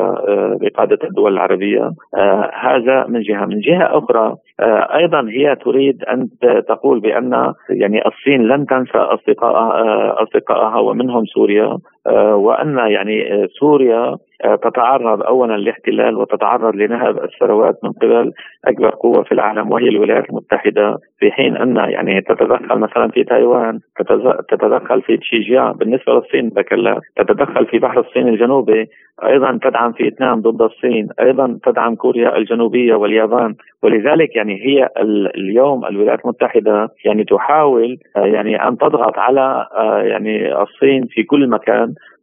بقادة الدول العربية. هذا من جهة أخرى أيضا هي تريد أن تقول بأن يعني الصين لن تنسى أصدقائها ومنهم سوريا، وأن يعني سوريا تتعرض أولا للاحتلال وتتعرض لنهب الثروات من قبل أكبر قوة في العالم وهي الولايات المتحدة، في حين أن يعني تتدخل مثلا في تايوان، تتدخل في تشيجيان بالنسبة للصين، تتدخل في بحر الصين الجنوبي، أيضا تدعم فيتنام ضد الصين، أيضا تدعم كوريا الجنوبية واليابان. ولذلك يعني هي اليوم الولايات المتحدة يعني تحاول يعني أن تضغط على يعني الصين في كل مكان،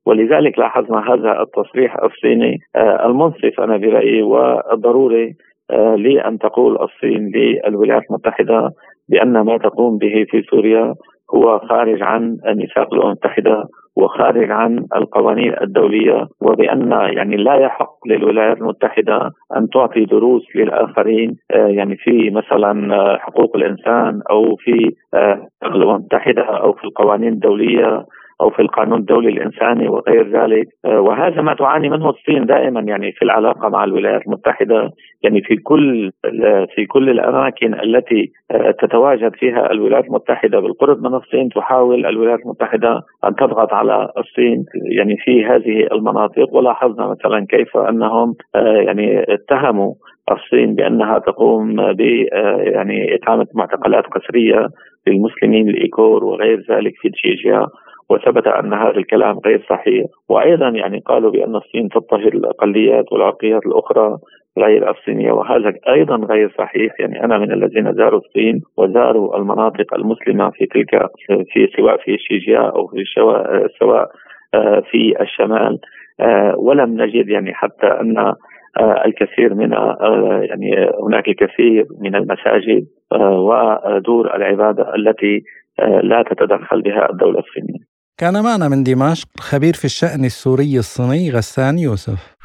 ولذلك لاحظنا هذا التصريح الصيني المنصف أنا برأيي والضروري لأن تقول الصين للولايات المتحدة بأن ما تقوم به في سوريا هو خارج عن ميثاق الأمم المتحدة وخارج عن القوانين الدولية، وبأن يعني لا يحق للولايات المتحدة أن تعطي دروس للآخرين يعني في مثلا حقوق الإنسان أو في الأمم المتحدة أو في القوانين الدولية أو في القانون الدولي الإنساني وغير ذلك. وهذا ما تعاني منه الصين دائما يعني في العلاقة مع الولايات المتحدة، يعني في كل الأماكن التي تتواجد فيها الولايات المتحدة بالقرب من الصين تحاول الولايات المتحدة أن تضغط على الصين يعني في هذه المناطق. ولاحظنا مثلا كيف أنهم يعني اتهموا الصين بأنها تقوم ب يعني إقامة معتقلات قسرية للمسلمين الإيغور وغير ذلك في تشيجيا، وثبت أن هذا الكلام غير صحيح. وأيضا يعني قالوا بأن الصين تضطهد الأقليات والعرقيات الأخرى غير الصينية، وهذا أيضا غير صحيح. يعني أنا من الذين زاروا الصين وزاروا المناطق المسلمة في تلك سواء في شيجيا أو في سواء في الشمال، ولم نجد يعني حتى أن الكثير من يعني هناك الكثير من المساجد ودور العبادة التي لا تتدخل بها الدولة الصينية. كان معنا من دمشق الخبير في الشأن السوري الصيني غسان يوسف.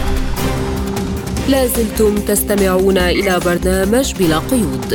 لازلتم تستمعون إلى برنامج بلا قيود.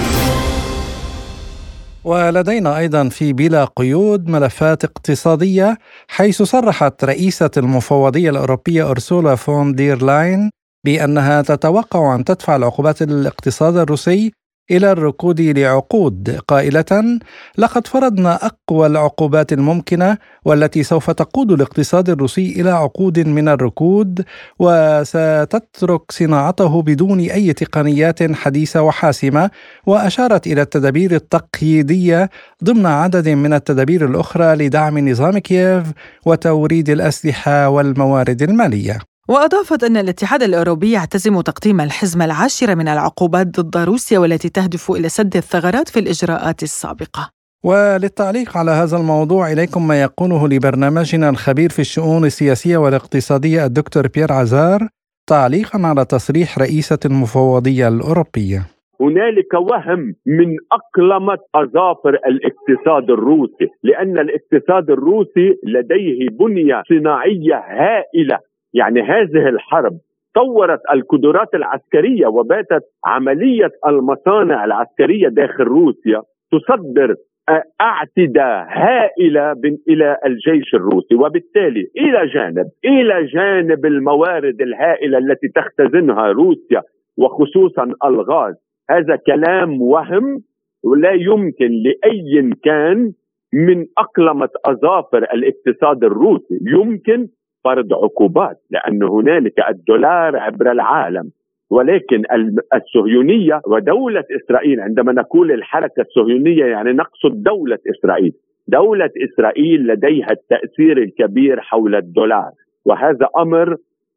ولدينا أيضا في بلا قيود ملفات اقتصادية، حيث صرحت رئيسة المفوضية الأوروبية أرسولا فون دير لاين بأنها تتوقع أن تدفع العقوبات الاقتصاد الروسي إلى الركود لعقود، قائلة: لقد فرضنا أقوى العقوبات الممكنة والتي سوف تقود الاقتصاد الروسي إلى عقود من الركود، وستترك صناعته بدون أي تقنيات حديثة وحاسمة. وأشارت إلى التدابير التقييدية ضمن عدد من التدابير الأخرى لدعم نظام كييف وتوريد الأسلحة والموارد المالية. وأضافت أن الاتحاد الأوروبي يعتزم تقديم الحزمة 10 من العقوبات ضد روسيا والتي تهدف إلى سد الثغرات في الإجراءات السابقة. وللتعليق على هذا الموضوع إليكم ما يقوله لبرنامجنا الخبير في الشؤون السياسية والاقتصادية الدكتور بيير عزار تعليقا على تصريح رئيسة المفوضية الأوروبية. هنالك وهم من أقلمة أظافر الاقتصاد الروسي، لأن الاقتصاد الروسي لديه بنية صناعية هائلة. يعني هذه الحرب طورت القدرات العسكرية وباتت عملية المصانع العسكرية داخل روسيا تصدر أعتدة هائلة إلى الجيش الروسي، وبالتالي إلى جانب الموارد الهائلة التي تختزنها روسيا وخصوصا الغاز. هذا كلام وهم، ولا يمكن لأي كان من أقلمة أظافر الاقتصاد الروسي يمكن فرض عقوبات، لأن هنالك الدولار عبر العالم. ولكن الصهيونية ودولة إسرائيل، عندما نقول الحركة الصهيونية يعني نقصد دولة إسرائيل. دولة إسرائيل لديها التأثير الكبير حول الدولار، وهذا أمر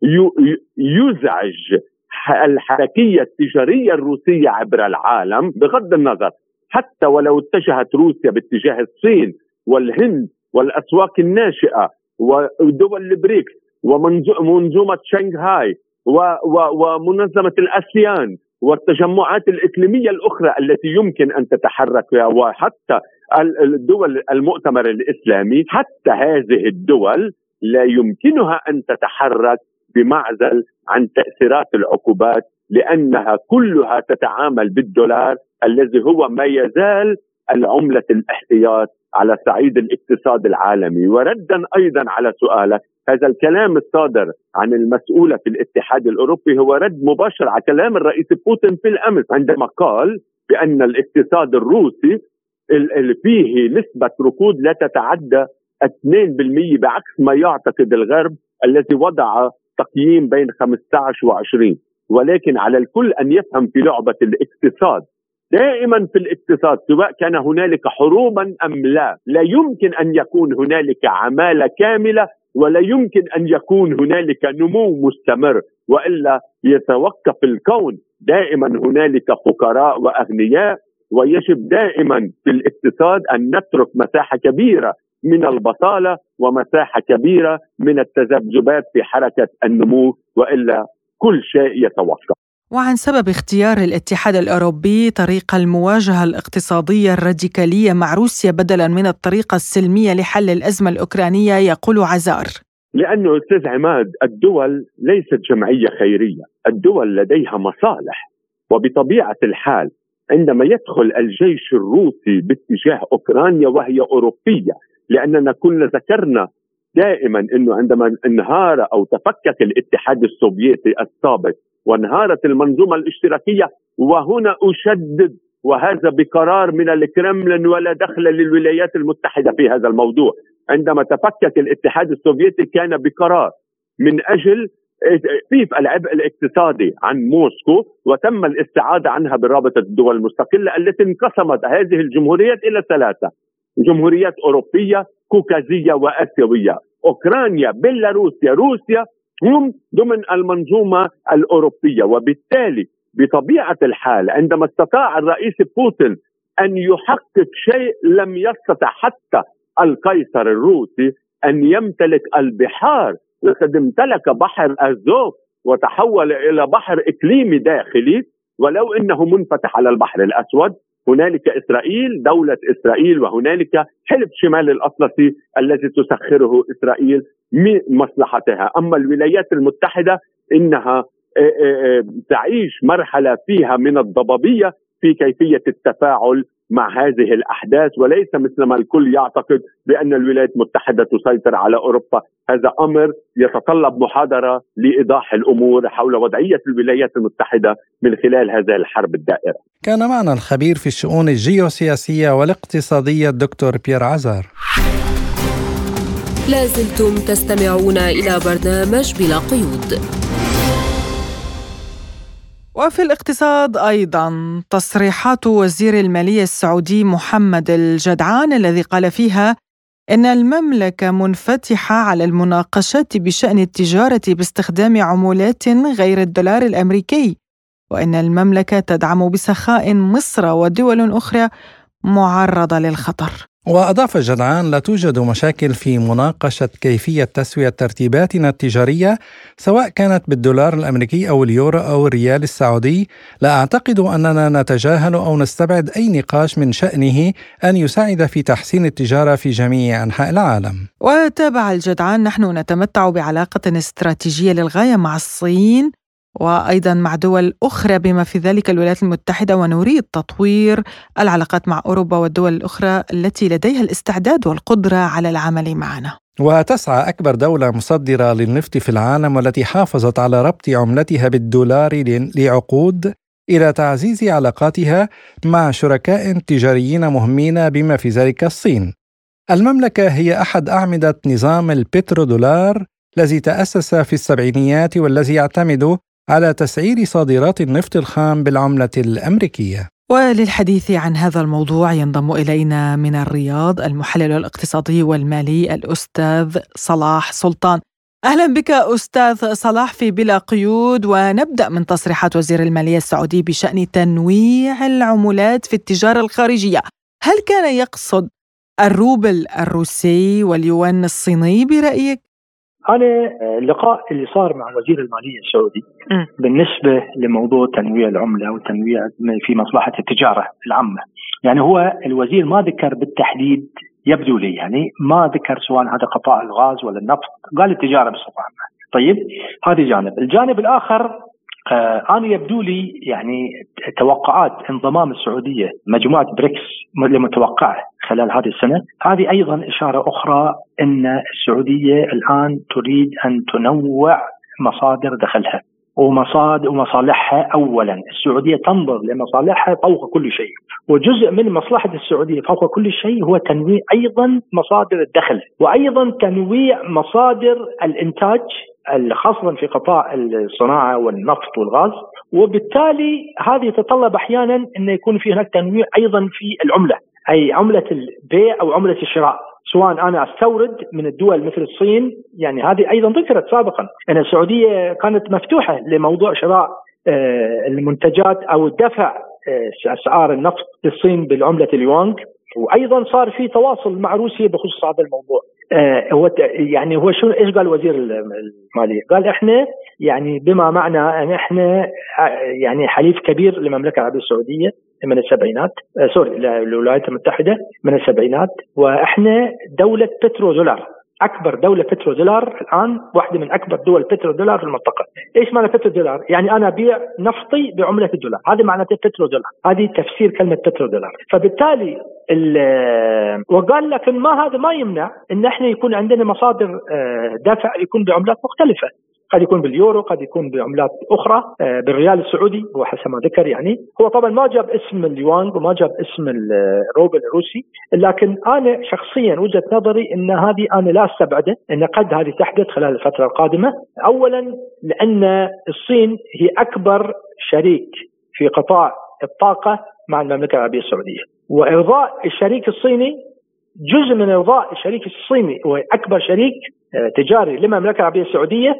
يزعج الحركية التجارية الروسية عبر العالم. بغض النظر حتى ولو اتجهت روسيا باتجاه الصين والهند والأسواق الناشئة ودول البريكس ومنظومة شنغهاي ومنظمة الآسيان والتجمعات الإقليمية الأخرى التي يمكن أن تتحرك فيها، وحتى الدول المؤتمر الإسلامي، حتى هذه الدول لا يمكنها أن تتحرك بمعزل عن تأثيرات العقوبات، لأنها كلها تتعامل بالدولار الذي هو ما يزال العملة الاحتياط على صعيد الاقتصاد العالمي. وردا أيضا على سؤالك، هذا الكلام الصادر عن المسؤولة في الاتحاد الأوروبي هو رد مباشر على كلام الرئيس بوتين في الأمس عندما قال بأن الاقتصاد الروسي فيه نسبة ركود لا تتعدى 2%، بعكس ما يعتقد الغرب الذي وضع تقييم بين 15 و20. ولكن على الكل أن يفهم في لعبة الاقتصاد، دائما في الاقتصاد سواء كان هنالك حروبا أم لا يمكن أن يكون هنالك عمالة كاملة، ولا يمكن أن يكون هنالك نمو مستمر، وإلا يتوقف الكون. دائما هنالك فقراء وأغنياء، ويجب دائما في الاقتصاد أن نترك مساحة كبيرة من البطالة ومساحة كبيرة من التذبذبات في حركة النمو، وإلا كل شيء يتوقف. وعن سبب اختيار الاتحاد الأوروبي طريق المواجهة الاقتصادية الراديكالية مع روسيا بدلاً من الطريقة السلمية لحل الأزمة الأوكرانية، يقول عزار. لأنه أستاذ عماد، الدول ليست جمعية خيرية، الدول لديها مصالح، وبطبيعة الحال عندما يدخل الجيش الروسي باتجاه أوكرانيا وهي أوروبية، لأننا كنا ذكرنا دائما أنه عندما انهار أو تفكك الاتحاد السوفيتي السابق وانهارت المنظومة الاشتراكية، وهنا أشدد وهذا بقرار من الكرملين ولا دخل للولايات المتحدة في هذا الموضوع، عندما تفكك الاتحاد السوفيتي كان بقرار من أجل تخفيف العبء الاقتصادي عن موسكو، وتم الاستعادة عنها برابطة الدول المستقلة التي انقسمت هذه الجمهوريات إلى 3 جمهوريات أوروبية كوكازية وآسيوية. أوكرانيا، بيلاروسيا، روسيا هم ضمن المنظومة الأوروبية، وبالتالي بطبيعة الحال عندما استطاع الرئيس بوتين أن يحقق شيء لم يستطع حتى القيصر الروسي أن يمتلك البحار، لقد امتلك بحر أزوف وتحول إلى بحر إقليمي داخلي، ولو أنه منفتح على البحر الأسود. هنالك إسرائيل، دولة إسرائيل، وهنالك حلف شمال الأطلسي الذي تسخره إسرائيل من مصلحتها. أما الولايات المتحدة إنها تعيش مرحلة فيها من الضبابية في كيفية التفاعل مع هذه الأحداث، وليس مثل ما الكل يعتقد بأن الولايات المتحدة تسيطر على أوروبا. هذا أمر يتطلب محاضرة لإيضاح الأمور حول وضعية الولايات المتحدة من خلال هذه الحرب الدائرة. كان معنا الخبير في الشؤون الجيوسياسية والاقتصادية الدكتور بيير عزار. لازلتم تستمعون إلى برنامج بلا قيود. وفي الاقتصاد أيضا تصريحات وزير المالية السعودي محمد الجدعان الذي قال فيها إن المملكة منفتحة على المناقشات بشأن التجارة باستخدام عملات غير الدولار الأمريكي، وإن المملكة تدعم بسخاء مصر ودول أخرى معرضة للخطر. وأضاف جدعان: لا توجد مشاكل في مناقشة كيفية تسوية ترتيباتنا التجارية سواء كانت بالدولار الأمريكي أو اليورو أو الريال السعودي. لا أعتقد أننا نتجاهل أو نستبعد أي نقاش من شأنه أن يساعد في تحسين التجارة في جميع أنحاء العالم. وتابع الجدعان: نحن نتمتع بعلاقة استراتيجية للغاية مع الصين وأيضا مع دول أخرى بما في ذلك الولايات المتحدة، ونريد تطوير العلاقات مع أوروبا والدول الأخرى التي لديها الاستعداد والقدرة على العمل معنا. وتسعى أكبر دولة مصدرة للنفط في العالم والتي حافظت على ربط عملتها بالدولار لعقود إلى تعزيز علاقاتها مع شركاء تجاريين مهمين بما في ذلك الصين. المملكة هي أحد أعمدة نظام البترودولار الذي تأسس في السبعينيات والذي يعتمد على تسعير صادرات النفط الخام بالعملة الأمريكية. وللحديث عن هذا الموضوع ينضم إلينا من الرياض المحلل الاقتصادي والمالي الأستاذ صلاح سلطان. أهلا بك أستاذ صلاح في بلا قيود، ونبدأ من تصريحات وزير المالية السعودي بشأن تنويع العملات في التجارة الخارجية. هل كان يقصد الروبل الروسي واليوان الصيني برأيك؟ أنا اللقاء اللي صار مع وزير المالية السعودي بالنسبة لموضوع تنويع العملة والتنويع في مصلحة التجارة العامة، يعني هو الوزير ما ذكر بالتحديد، يبدو لي يعني ما ذكر سواء هذا قطاع الغاز ولا النفط، قال التجارة بصفة عامة. طيب هذا جانب. الجانب الآخر أنا يبدو لي يعني توقعات انضمام السعودية مجموعة بريكس المتوقعة خلال هذه السنة، هذه أيضا إشارة أخرى أن السعودية الآن تريد أن تنوع مصادر دخلها ومصالحها. أولا السعودية تنظر لمصالحها فوق كل شيء، وجزء من مصلحة السعودية فوق كل شيء هو تنويع أيضا مصادر الدخل، وأيضا تنويع مصادر الإنتاج خاصة في قطاع الصناعة والنفط والغاز. وبالتالي هذه يتطلب أحيانا أن يكون في هناك تنويع أيضا في العملة، أي عملة البيع أو عملة الشراء، سواء أنا أستورد من الدول مثل الصين، يعني هذه أيضا ذكرت سابقا أن السعودية كانت مفتوحة لموضوع شراء المنتجات أو دفع أسعار النفط للصين بالعملة اليوانغ. وايضا صار في تواصل مع روسيا بخصوص هذا الموضوع. هو شو ايش قال وزير الماليه؟ قال احنا يعني بما معنى ان احنا يعني حليف كبير للمملكه العربيه السعوديه من السبعينات، للولايات المتحده من السبعينات، واحنا دوله بترو دولار، اكبر دوله بترو دولار الان، واحده من اكبر دول بترو دولار في المنطقه. ايش معنى بترو دولار؟ يعني انا ابيع نفطي بعمله الدولار، هذه معناته بترو دولار، هذه تفسير كلمه بترو دولار. فبالتالي وقال لكن هذا ما يمنع ان احنا يكون عندنا مصادر دفع يكون بعملات مختلفه، قد يكون باليورو، قد يكون بعملات اخرى، بالريال السعودي هو حسب ما ذكر. يعني هو طبعا ما جاب اسم اليوان وما جاب اسم الروبل الروسي، لكن انا شخصيا وجهة نظري ان هذه انا لا استبعده ان قد هذه تحدث خلال الفتره القادمه. اولا لان الصين هي اكبر شريك في قطاع الطاقه مع المملكه العربيه السعوديه، وارضاء الشريك الصيني جزء من ارضاء الشريك الصيني واكبر شريك تجاري للمملكه العربيه السعوديه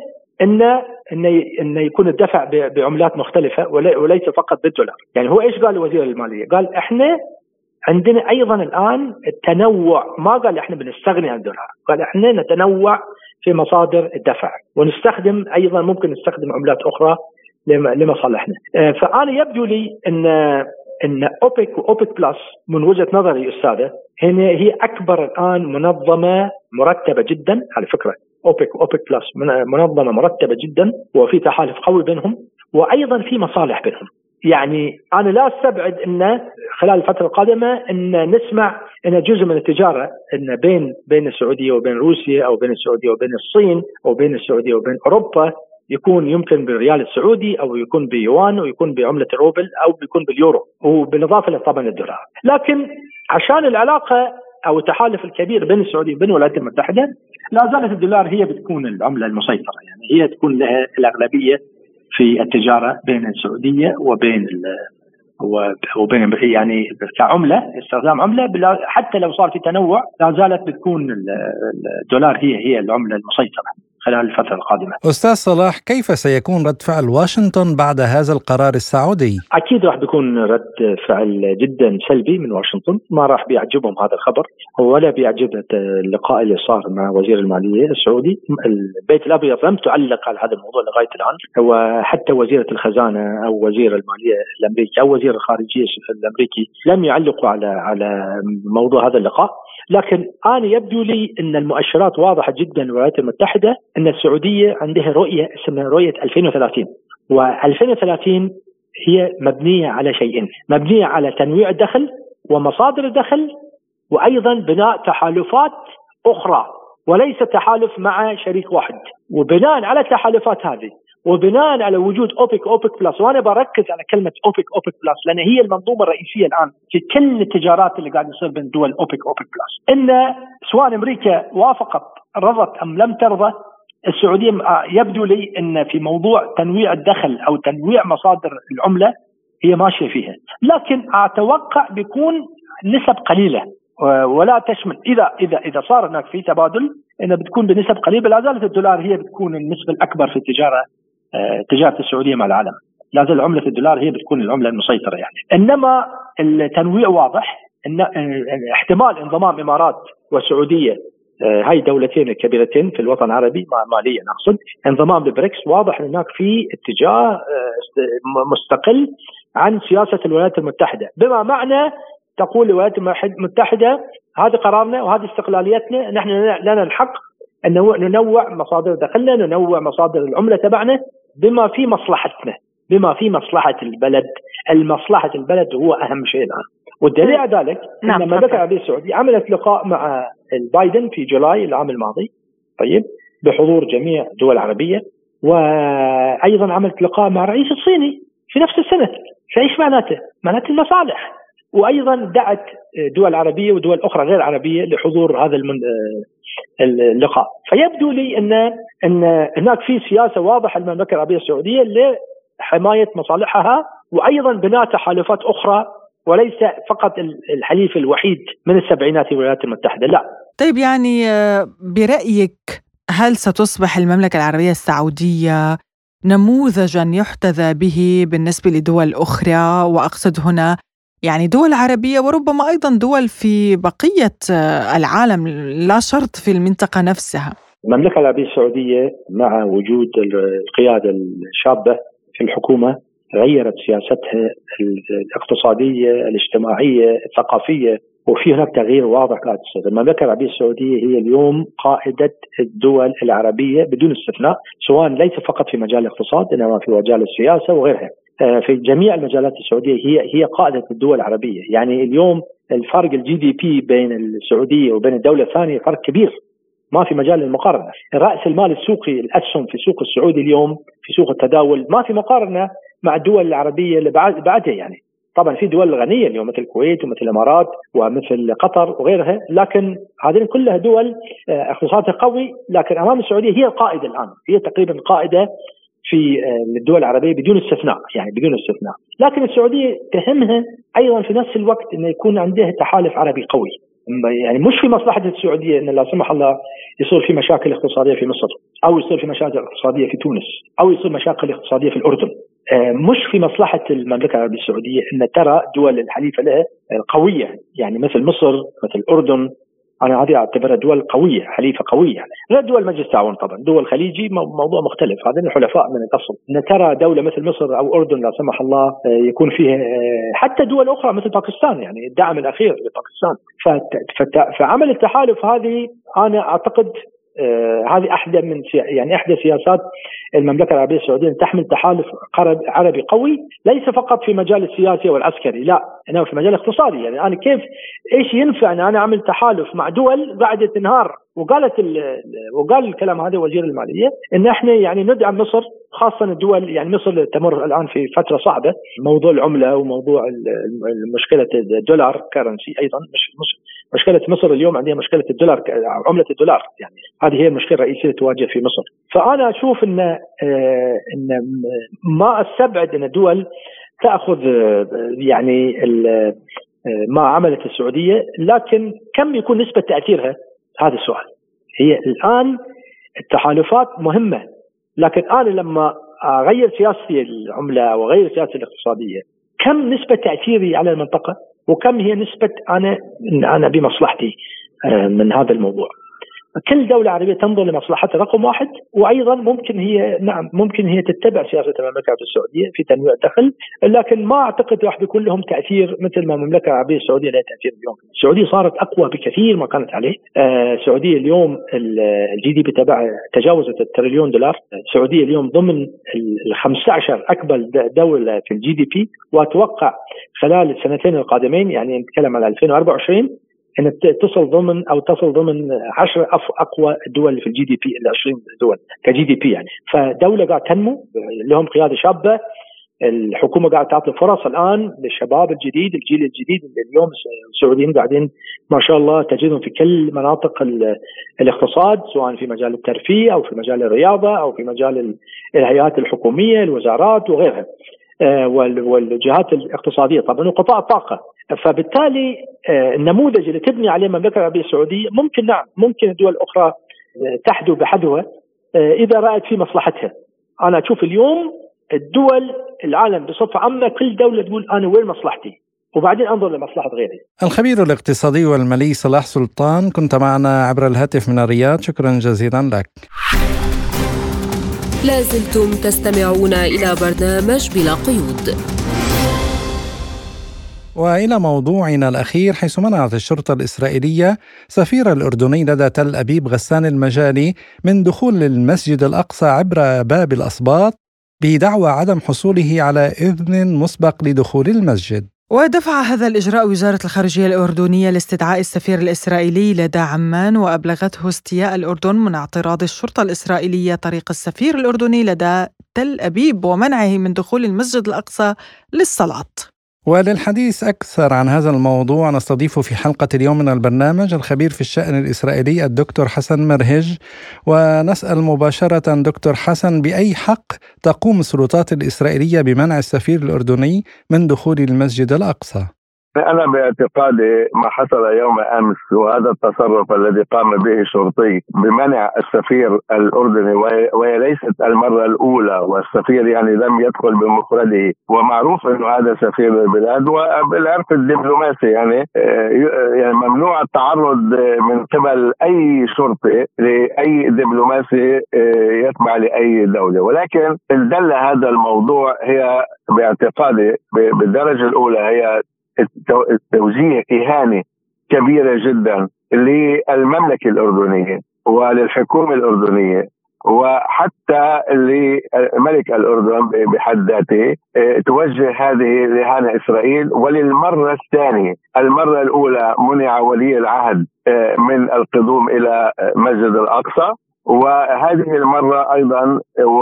ان يكون الدفع بعملات مختلفه وليس فقط بالدولار. يعني هو ايش قال وزير الماليه؟ قال احنا عندنا ايضا الان التنوع، ما قال احنا بنستغني عن الدولار، قال احنا نتنوع في مصادر الدفع ونستخدم ايضا ممكن نستخدم عملات اخرى لمصالحنا. فانا يبدو لي ان اوبك واوبك بلس من وجهه نظري استاذه هي اكبر الان منظمه مرتبه جدا. على فكره اوبك واوبك بلس منظمه مرتبه جدا وفي تحالف قوي بينهم وايضا في مصالح بينهم. يعني انا لا استبعد ان خلال الفتره القادمه ان نسمع ان جزء من التجاره ان بين السعوديه وبين روسيا او بين السعوديه وبين الصين او بين السعوديه وبين اوروبا يكون يمكن بالريال السعودي او يكون بيوان او يكون بعمله الروبل او يكون باليورو، وبالاضافه طبعا للدولار. لكن عشان العلاقه او التحالف الكبير بين السعوديه وبين الولايات المتحده لا زالت الدولار هي بتكون العمله المسيطره، يعني هي تكون لها الاغلبيه في التجاره بين السعوديه وبين يعني كعمله استخدام عمله، حتى لو صار في تنوع لا زالت بتكون الدولار هي العمله المسيطره خلال الفترة القادمة. أستاذ صلاح، كيف سيكون رد فعل واشنطن بعد هذا القرار السعودي؟ أكيد راح بيكون رد فعل جدا سلبي من واشنطن، ما راح بيعجبهم هذا الخبر ولا بيعجب اللقاء اللي صار مع وزير المالية السعودي. البيت الأبيض لم تعلق على هذا الموضوع لغاية الآن، وحتى وزيرة الخزانة أو وزير المالية الأمريكي أو وزير الخارجية الأمريكي لم يعلقوا على موضوع هذا اللقاء. لكن أنا يبدو لي أن المؤشرات واضحة جدا للولايات المتحدة أن السعودية عندها رؤية اسمها رؤية 2030، و2030 هي مبنية على شيئين، مبنية على تنويع الدخل ومصادر الدخل وأيضا بناء تحالفات أخرى وليس تحالف مع شريك واحد. وبناء على التحالفات هذه وبناء على وجود اوبك بلس، وانا بركز على كلمه اوبك بلس لان هي المنظومه الرئيسيه الان في كل التجارات اللي قاعد يصير بين دول اوبك بلس، ان سواء امريكا وافقت رضت ام لم ترضى، السعوديه يبدو لي ان في موضوع تنويع الدخل او تنويع مصادر العمله هي ماشيه فيها، لكن اتوقع بيكون نسب قليله ولا تشمل اذا صار هناك في تبادل انه بتكون بنسب قليله. لا زالت الدولار هي بتكون النسبه الاكبر في تجاره السعوديه مع العالم، لا زال عمله الدولار هي بتكون العمله المسيطره يعني. انما التنويع واضح، ان احتمال انضمام امارات والسعوديه هاي دولتين الكبيرتين في الوطن العربي ماليا اقصد، انضمام للبريكس، واضح هناك في اتجاه مستقل عن سياسه الولايات المتحده، بما معنى تقول الولايات المتحده هذا قرارنا وهذه استقلاليتنا، نحن لنا الحق ان ننوع مصادر دخلنا، ننوع مصادر العمله تبعنا بما في مصلحتنا، بما في مصلحه البلد. المصلحه البلد هو اهم شيء الان، والدليل على ذلك ان المملكه العربيه السعوديه عملت لقاء مع البايدن في جولاي العام الماضي، طيب، بحضور جميع الدول العربيه، وايضا عملت لقاء مع الرئيس الصيني في نفس السنه. فايش معناته؟ معناته المصالح، وايضا دعت دول عربيه ودول اخرى غير عربيه لحضور هذا اللقاء. فيبدو لي ان هناك في سياسه واضحه للمملكه العربيه السعوديه لحمايه مصالحها وايضا بناء تحالفات اخرى، وليس فقط الحليف الوحيد من السبعينات في الولايات المتحده، لا. طيب، يعني برايك هل ستصبح المملكه العربيه السعوديه نموذجا يحتذى به بالنسبه لدول اخرى؟ واقصد هنا يعني دول عربية وربما أيضا دول في بقية العالم، لا شرط في المنطقة نفسها. المملكة العربية السعودية مع وجود القيادة الشابة في الحكومة غيرت سياستها الاقتصادية، الاجتماعية، الثقافية، وفي هناك تغيير واضح قاعد يصير. المملكة العربية السعودية هي اليوم قائدة الدول العربية بدون استثناء، سواء ليس فقط في مجال الاقتصاد إنما في مجال السياسة وغيرها. في جميع المجالات السعودية هي قائدة الدول العربية. يعني اليوم الفرق الGDP بين السعودية وبين الدولة الثانية فرق كبير، ما في مجال للمقارنة. رأس المال السوقي، الأسهم في سوق السعودي اليوم في سوق التداول ما في مقارنة مع الدول العربية اللي بعدها. يعني طبعا في دول غنية اليوم مثل الكويت ومثل الإمارات ومثل قطر وغيرها، لكن هذه كلها دول اقتصادها قوي، لكن أمام السعودية هي القائدة الآن، هي تقريبا قائدة في الدول العربية بدون استثناء، يعني بدون استثناء. لكن السعودية تهمها أيضا في نفس الوقت أن يكون عندها تحالف عربي قوي. يعني مش في مصلحة السعودية أن لا سمح الله يصير في مشاكل اقتصادية في مصر، أو يصير في مشاكل اقتصادية في تونس، أو يصير مشاكل اقتصادية في الأردن. مش في مصلحة المملكة العربية السعودية أن ترى دول الحليفة لها قوية، يعني مثل مصر، مثل الأردن. أنا هذه أعتبرها دول قوية، حليفة قوية، يعني غير دول مجلس التعاون. طبعا دول الخليجي موضوع مختلف، هذين الحلفاء من الأصل. أن ترى دولة مثل مصر أو أردن لا سمح الله يكون فيها حتى دول أخرى مثل باكستان، يعني الدعم الأخير لباكستان. فعمل التحالف هذه أنا أعتقد هذه إحدى سياسات المملكة العربية السعودية، أن تحمل تحالف عربي قوي، ليس فقط في مجال السياسي والعسكري، لا، إنما في مجال الاقتصادي. يعني أنا إيش ينفع أن أنا أعمل تحالف مع دول قاعدة تنهار؟ وقال الكلام هذا وزير المالية أن إحنا يعني ندعم مصر، خاصة الدول، يعني مصر تمر الآن في فترة صعبة، موضوع العملة وموضوع مشكلة الدولار كرنسي أيضا. مشكلة مصر اليوم عندها مشكلة الدولار، عملة الدولار، يعني هذه هي المشكلة الرئيسية تواجه في مصر. فأنا أشوف إن ما أستبعد أن الدول تأخذ يعني ما عملت السعودية، لكن كم يكون نسبة تأثيرها؟ هذا السؤال. هي الآن التحالفات مهمة، لكن أنا لما أغير سياستي العملة وأغير سياستي الاقتصادية، كم نسبة تأثيري على المنطقة، وكم هي نسبة أنا بمصلحتي من هذا الموضوع. كل دولة عربية تنظر لمصلحتها رقم واحد، وأيضا ممكن هي تتبع سياسة المملكة العربية السعودية في تنويع الدخل، لكن ما أعتقد راح بيكون لهم تأثير مثل ما المملكة العربية السعودية لها تأثير اليوم. السعودية صارت أقوى بكثير ما كانت عليه. السعودية اليوم الGDP تبعها تجاوزت $1,000,000,000. السعودية اليوم ضمن 15 أكبر دولة في الGDP، وأتوقع خلال السنتين القادمين، يعني نتكلم على 2024، أن تصل ضمن 10 أقوى الدول في الGDP، ال 20 دول كGDP يعني. فدولة قاعد تنمو، لهم قيادة شابة، الحكومة قاعد تعطي فرص الآن للشباب الجديد، الجيل الجديد. اليوم السعوديين قاعدين ما شاء الله تجدهم في كل مناطق الاقتصاد، سواء في مجال الترفيه أو في مجال الرياضة أو في مجال الهيئات الحكومية، الوزارات وغيرها، والجهات الاقتصادية طبعا، وقطاع الطاقة. فبالتالي النموذج اللي تبني عليه المملكة العربية السعودية ممكن الدول الأخرى تحدو بحذوها إذا رأت في مصلحتها. أنا أشوف اليوم الدول العالم بصفة عامة كل دولة تقول أنا وين مصلحتي، وبعدين أنظر لمصلحة غيري. الخبير الاقتصادي والمالي صلاح سلطان، كنت معنا عبر الهاتف من الرياض، شكرا جزيلا لك. لازلتم تستمعون إلى برنامج بلا قيود. وإلى موضوعنا الأخير، حيث منعت الشرطة الإسرائيلية سفير الأردني لدى تل أبيب غسان المجالي من دخول المسجد الأقصى عبر باب الأسباط بدعوى عدم حصوله على إذن مسبق لدخول المسجد. ودفع هذا الإجراء وزارة الخارجية الأردنية لاستدعاء السفير الإسرائيلي لدى عمان، وأبلغته استياء الأردن من اعتراض الشرطة الإسرائيلية طريق السفير الأردني لدى تل أبيب ومنعه من دخول المسجد الأقصى للصلاة. وللحديث أكثر عن هذا الموضوع نستضيف في حلقة اليوم من البرنامج الخبير في الشأن الإسرائيلي الدكتور حسن مرهج، ونسأل مباشرة دكتور حسن: بأي حق تقوم السلطات الإسرائيلية بمنع السفير الأردني من دخول المسجد الأقصى؟ أنا باعتقادي ما حصل يوم أمس وهذا التصرف الذي قام به الشرطي بمنع السفير الأردني، وهي ليست المرة الأولى، والسفير يعني لم يدخل بمفرده، ومعروف أنه هذا سفير البلاد، وبالعرف الدبلوماسي يعني ممنوع التعرض من قبل أي شرطي لأي دبلوماسي يتبع لأي دولة. ولكن دل هذا الموضوع هي باعتقادي بالدرجة الأولى هي توجيه إهانة كبيرة جدا للمملكة الأردنية وللحكومة الأردنية وحتى لملك الأردن بحد ذاته. توجه هذه الإهانة إسرائيل، وللمرة الثانية. المرة الأولى منع ولي العهد من القدوم إلى مسجد الأقصى، وهذه المرة أيضا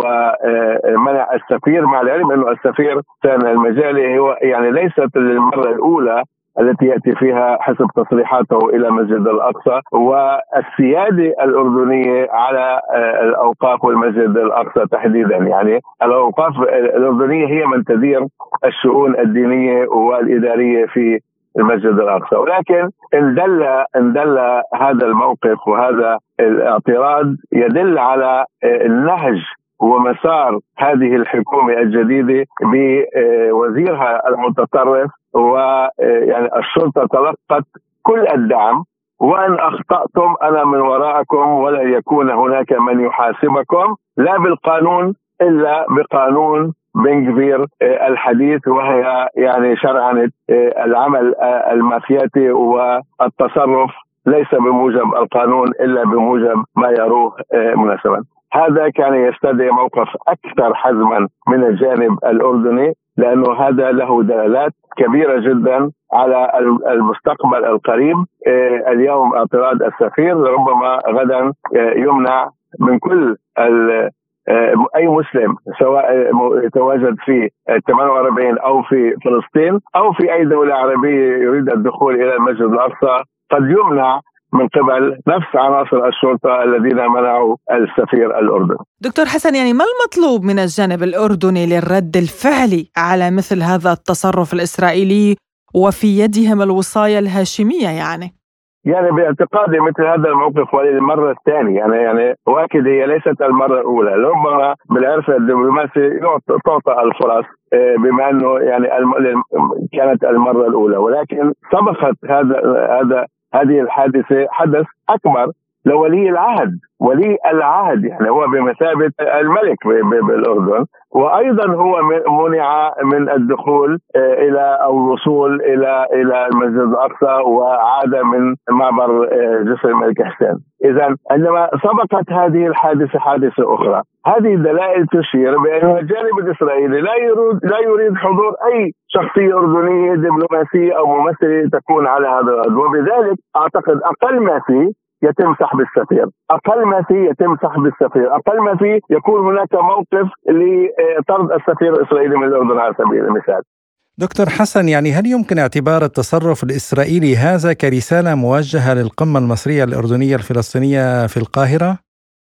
ومنع السفير، مع العلم أنه السفير كان المجالي هو يعني ليست المرة الأولى التي يأتي فيها حسب تصريحاته إلى مسجد الأقصى، والسيادة الأردنية على الأوقاف والمسجد الأقصى تحديدا. يعني الأوقاف الأردنية هي من تدير الشؤون الدينية والإدارية في المسجد الأقصى. ولكن إن دل هذا الموقف وهذا الاعتراض يدل على النهج ومسار هذه الحكومة الجديدة بوزيرها المتطرف، ويعني الشرطة تلقت كل الدعم، وإن أخطأتم أنا من وراءكم ولا يكون هناك من يحاسبكم لا بالقانون إلا بقانون بن غفير الحديث، وهي يعني شرعنة العمل المافياتي والتصرف ليس بموجب القانون إلا بموجب ما يروه مناسبا. هذا كان يستدعي موقف أكثر حزما من الجانب الأردني، لأنه هذا له دلالات كبيرة جدا على المستقبل القريب. اليوم اعتراض السفير ربما غدا يمنع من كل أي مسلم سواء يتواجد في 48 أو في فلسطين أو في أي دولة عربية يريد الدخول إلى المسجد الأقصى، قد يمنع من قبل نفس عناصر الشرطة الذين منعوا السفير الأردني. دكتور حسن، يعني ما المطلوب من الجانب الأردني للرد الفعلي على مثل هذا التصرف الإسرائيلي وفي يدهم الوصاية الهاشمية؟ يعني باعتقادي مثل هذا الموقف وللمرة الثانية، يعني واكد هي ليست المرة الأولى. ربما بالعرف الدبلوماسي تعطى الفرص بما أنه يعني كانت المرة الأولى، ولكن سبقت هذه الحادثة حدث أكبر لولي العهد. ولي العهد يعني هو بمثابة الملك بالأردن، وأيضا هو منع من الدخول إلى أو الوصول إلى المسجد الأقصى، وعاد من معبر جسر الملك حسين. إذن عندما سبقت هذه الحادثة حادثة أخرى، هذه الدلائل تشير بأن الجانب الإسرائيلي لا يريد حضور أي شخصية أردنية دبلوماسية أو ممثلة تكون على هذا الأرض، وبذلك أعتقد أقل ما فيه يتم سحب السفير، أقل ما فيه يتم سحب السفير، أقل ما فيه يكون هناك موقف لطرد السفير الإسرائيلي من الأردن على سبيل المثال. دكتور حسن، يعني هل يمكن اعتبار التصرف الإسرائيلي هذا كرسالة موجهة للقمة المصرية الأردنية الفلسطينية في القاهرة؟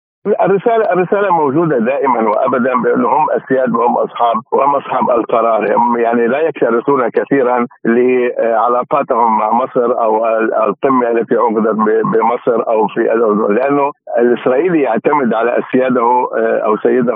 الرسالة موجودة دائما وأبدا بأنهم السياد وهم أصحاب القرار. هم يعني لا يكترثون كثيرا لعلاقاتهم مع مصر أو القمة التي عقدت بمصر أو في الأردن، لأنه الإسرائيلي يعتمد على سياده أو سيده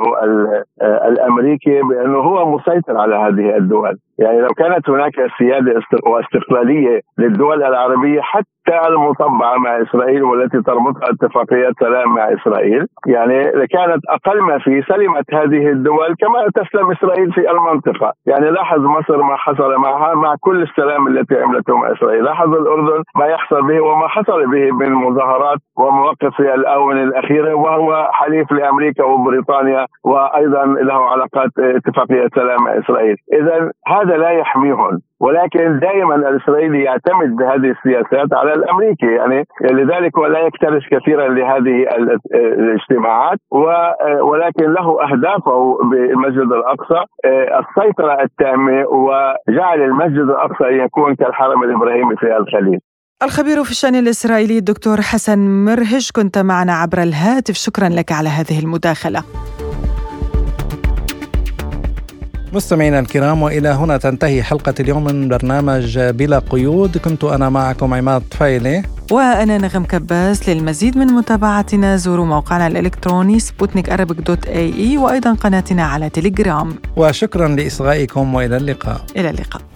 الأمريكي بأنه هو مسيطر على هذه الدول. يعني لو كانت هناك سيادة واستقلالية للدول العربية حتى المطبعة مع إسرائيل والتي تربطها اتفاقيات سلام مع إسرائيل، يعني كانت أقل ما فيه سلمت هذه الدول كما تسلم إسرائيل في المنطقة. يعني لاحظ مصر ما حصل معها مع كل السلام التي عملته مع إسرائيل، لاحظ الأردن ما يحصل به وما حصل به من مظاهرات ومواقف في الآونة الأخيرة، وهو حليف لأمريكا وبريطانيا وأيضا له علاقات اتفاقية سلام مع إسرائيل. إذن هذا لا يحميهم، ولكن دائما الإسرائيلي يعتمد بهذه السياسات على الأمريكي، يعني لذلك ولا يكترث كثيرا لهذه الاجتماعات، ولكن له أهدافه بالمسجد الأقصى السيطرة التامة وجعل المسجد الأقصى أن يكون كالحرم الإبراهيمي في الخليل. الخبير في الشأن الإسرائيلي الدكتور حسن مرهش كنت معنا عبر الهاتف، شكرا لك على هذه المداخلة. مستمعينا الكرام، وإلى هنا تنتهي حلقة اليوم من برنامج بلا قيود. كنت أنا معكم عماد طفيلي وأنا نغم كباس. للمزيد من متابعتنا زوروا موقعنا الإلكتروني sputnikarabic.ae وأيضا قناتنا على تليجرام. وشكرا لإصغائكم وإلى اللقاء. إلى اللقاء.